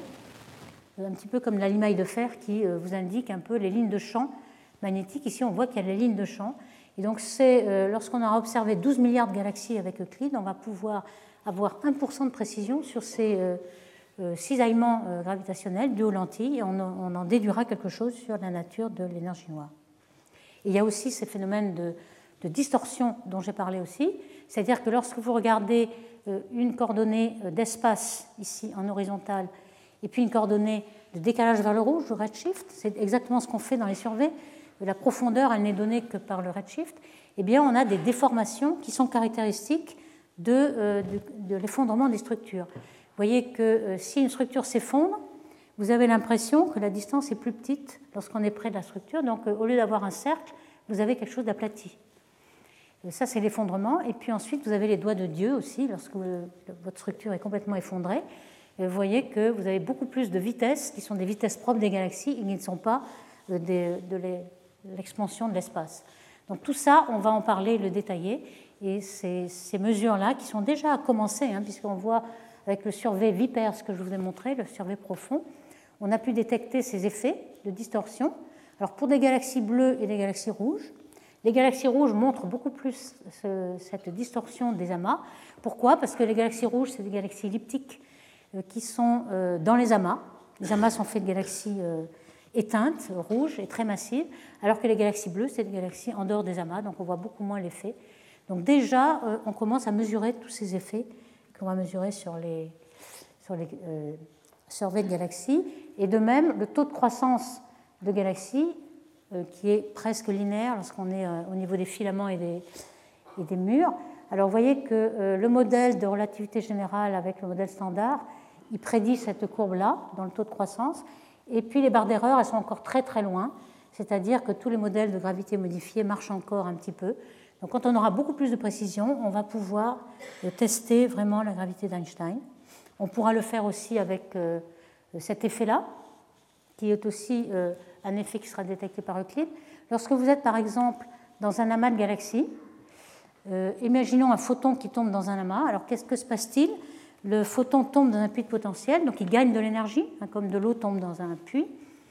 Un petit peu comme la limaille de fer qui vous indique un peu les lignes de champ magnétiques. Ici, on voit qu'il y a les lignes de champ. Et donc, c'est euh, lorsqu'on aura observé douze milliards de galaxies avec Euclide, on va pouvoir avoir un pour cent de précision sur ces euh, euh, cisaillements euh, gravitationnels dus aux lentilles, et on, on en déduira quelque chose sur la nature de l'énergie noire. Et il y a aussi ces phénomènes de, de distorsion dont j'ai parlé aussi, c'est-à-dire que lorsque vous regardez euh, une coordonnée d'espace ici en horizontal, et puis une coordonnée de décalage vers le rouge, le redshift, c'est exactement ce qu'on fait dans les surveys. La profondeur, elle n'est donnée que par le redshift. Eh bien, on a des déformations qui sont caractéristiques de, euh, de, de l'effondrement des structures. Vous voyez que euh, si une structure s'effondre, vous avez l'impression que la distance est plus petite lorsqu'on est près de la structure. Donc, euh, au lieu d'avoir un cercle, vous avez quelque chose d'aplati. Ça, c'est l'effondrement. Et puis ensuite, vous avez les doigts de Dieu aussi, lorsque vous, votre structure est complètement effondrée. Vous voyez que vous avez beaucoup plus de vitesses qui sont des vitesses propres des galaxies et qui ne sont pas de, de l'expansion de l'espace. Donc tout ça, on va en parler, le détailler. Et ces, ces mesures-là, qui sont déjà à commencer, hein, puisqu'on voit avec le survey Viper, ce que je vous ai montré, le survey profond, on a pu détecter ces effets de distorsion. Alors pour des galaxies bleues et des galaxies rouges, les galaxies rouges montrent beaucoup plus ce, cette distorsion des amas. Pourquoi? Parce que les galaxies rouges, c'est des galaxies elliptiques qui sont dans les amas. Les amas sont faits de galaxies éteintes, rouges et très massives, alors que les galaxies bleues, c'est des galaxies en dehors des amas, donc on voit beaucoup moins l'effet. Donc déjà, on commence à mesurer tous ces effets qu'on va mesurer sur les, sur les euh, surveys de galaxies. Et de même, le taux de croissance de galaxies, euh, qui est presque linéaire lorsqu'on est euh, au niveau des filaments et des, et des murs. Alors vous voyez que euh, le modèle de relativité générale avec le modèle standard, il prédit cette courbe-là dans le taux de croissance. Et puis les barres d'erreur, elles sont encore très très loin, c'est-à-dire que tous les modèles de gravité modifiés marchent encore un petit peu. Donc quand on aura beaucoup plus de précision, on va pouvoir tester vraiment la gravité d'Einstein. On pourra le faire aussi avec euh, cet effet-là, qui est aussi euh, un effet qui sera détecté par Euclide. Lorsque vous êtes par exemple dans un amas de galaxies, euh, imaginons un photon qui tombe dans un amas. Alors qu'est-ce que se passe-t-il? Le photon tombe dans un puits de potentiel, donc il gagne de l'énergie, hein, comme de l'eau tombe dans un puits.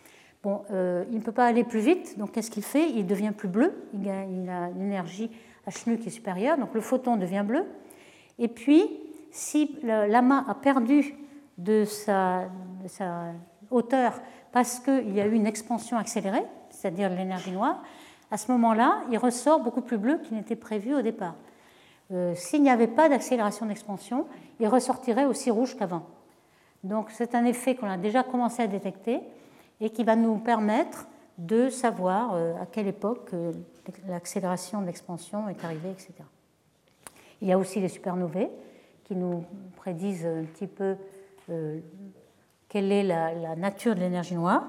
Bon, euh, il ne peut pas aller plus vite, donc qu'est-ce qu'il fait? Il devient plus bleu, il a, il a une énergie H nu qui est supérieure, donc le photon devient bleu. Et puis, si l'amas a perdu de sa, de sa hauteur parce qu'il y a eu une expansion accélérée, c'est-à-dire l'énergie noire, à ce moment-là, il ressort beaucoup plus bleu qu'il n'était prévu au départ. Euh, s'il n'y avait pas d'accélération d'expansion, il ressortirait aussi rouge qu'avant. Donc c'est un effet qu'on a déjà commencé à détecter et qui va nous permettre de savoir euh, à quelle époque euh, l'accélération de l'expansion est arrivée, et cetera. Il y a aussi les supernovae qui nous prédisent un petit peu euh, quelle est la, la nature de l'énergie noire.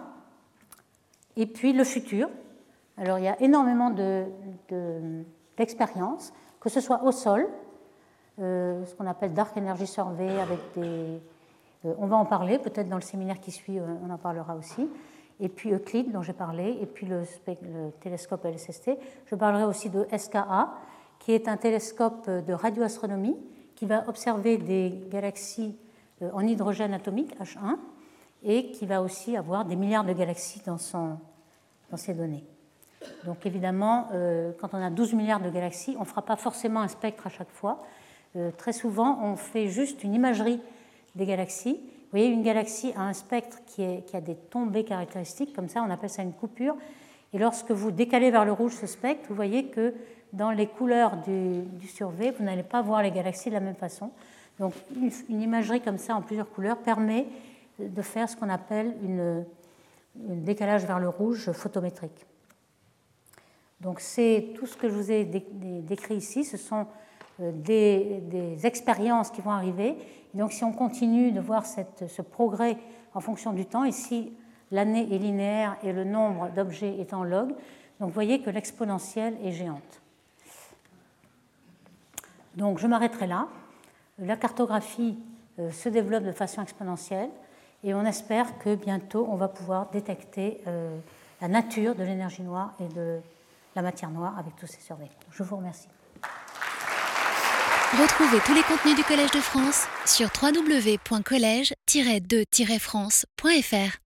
Et puis le futur. Alors il y a énormément de, de, d'expériences, que ce soit au sol, euh, ce qu'on appelle Dark Energy Survey, avec des, euh, on va en parler, peut-être dans le séminaire qui suit, euh, on en parlera aussi. Et puis Euclide, dont j'ai parlé, et puis le, le télescope L S S T. Je parlerai aussi de S K A, qui est un télescope de radioastronomie qui va observer des galaxies en hydrogène atomique, H un, et qui va aussi avoir des milliards de galaxies dans, son, dans ses données. Donc évidemment, euh, quand on a douze milliards de galaxies, on ne fera pas forcément un spectre à chaque fois. Euh, très souvent, on fait juste une imagerie des galaxies. Vous voyez, une galaxie a un spectre qui, est, qui a des tombées caractéristiques, comme ça, on appelle ça une coupure. Et lorsque vous décalez vers le rouge ce spectre, vous voyez que dans les couleurs du, du survey, vous n'allez pas voir les galaxies de la même façon. Donc une, une imagerie comme ça en plusieurs couleurs permet de faire ce qu'on appelle une, un décalage vers le rouge photométrique. Donc c'est tout ce que je vous ai dé, dé, décrit ici, ce sont des, des expériences qui vont arriver. Et donc si on continue de voir cette, ce progrès en fonction du temps, ici l'année est linéaire et le nombre d'objets est en log, donc vous voyez que l'exponentielle est géante. Donc je m'arrêterai là. La cartographie euh, se développe de façon exponentielle et on espère que bientôt on va pouvoir détecter euh, la nature de l'énergie noire et de la matière noire avec tous ces surveys. Je vous remercie. Retrouvez tous les contenus du Collège de France sur w w w point collège tiret de tiret france point f r.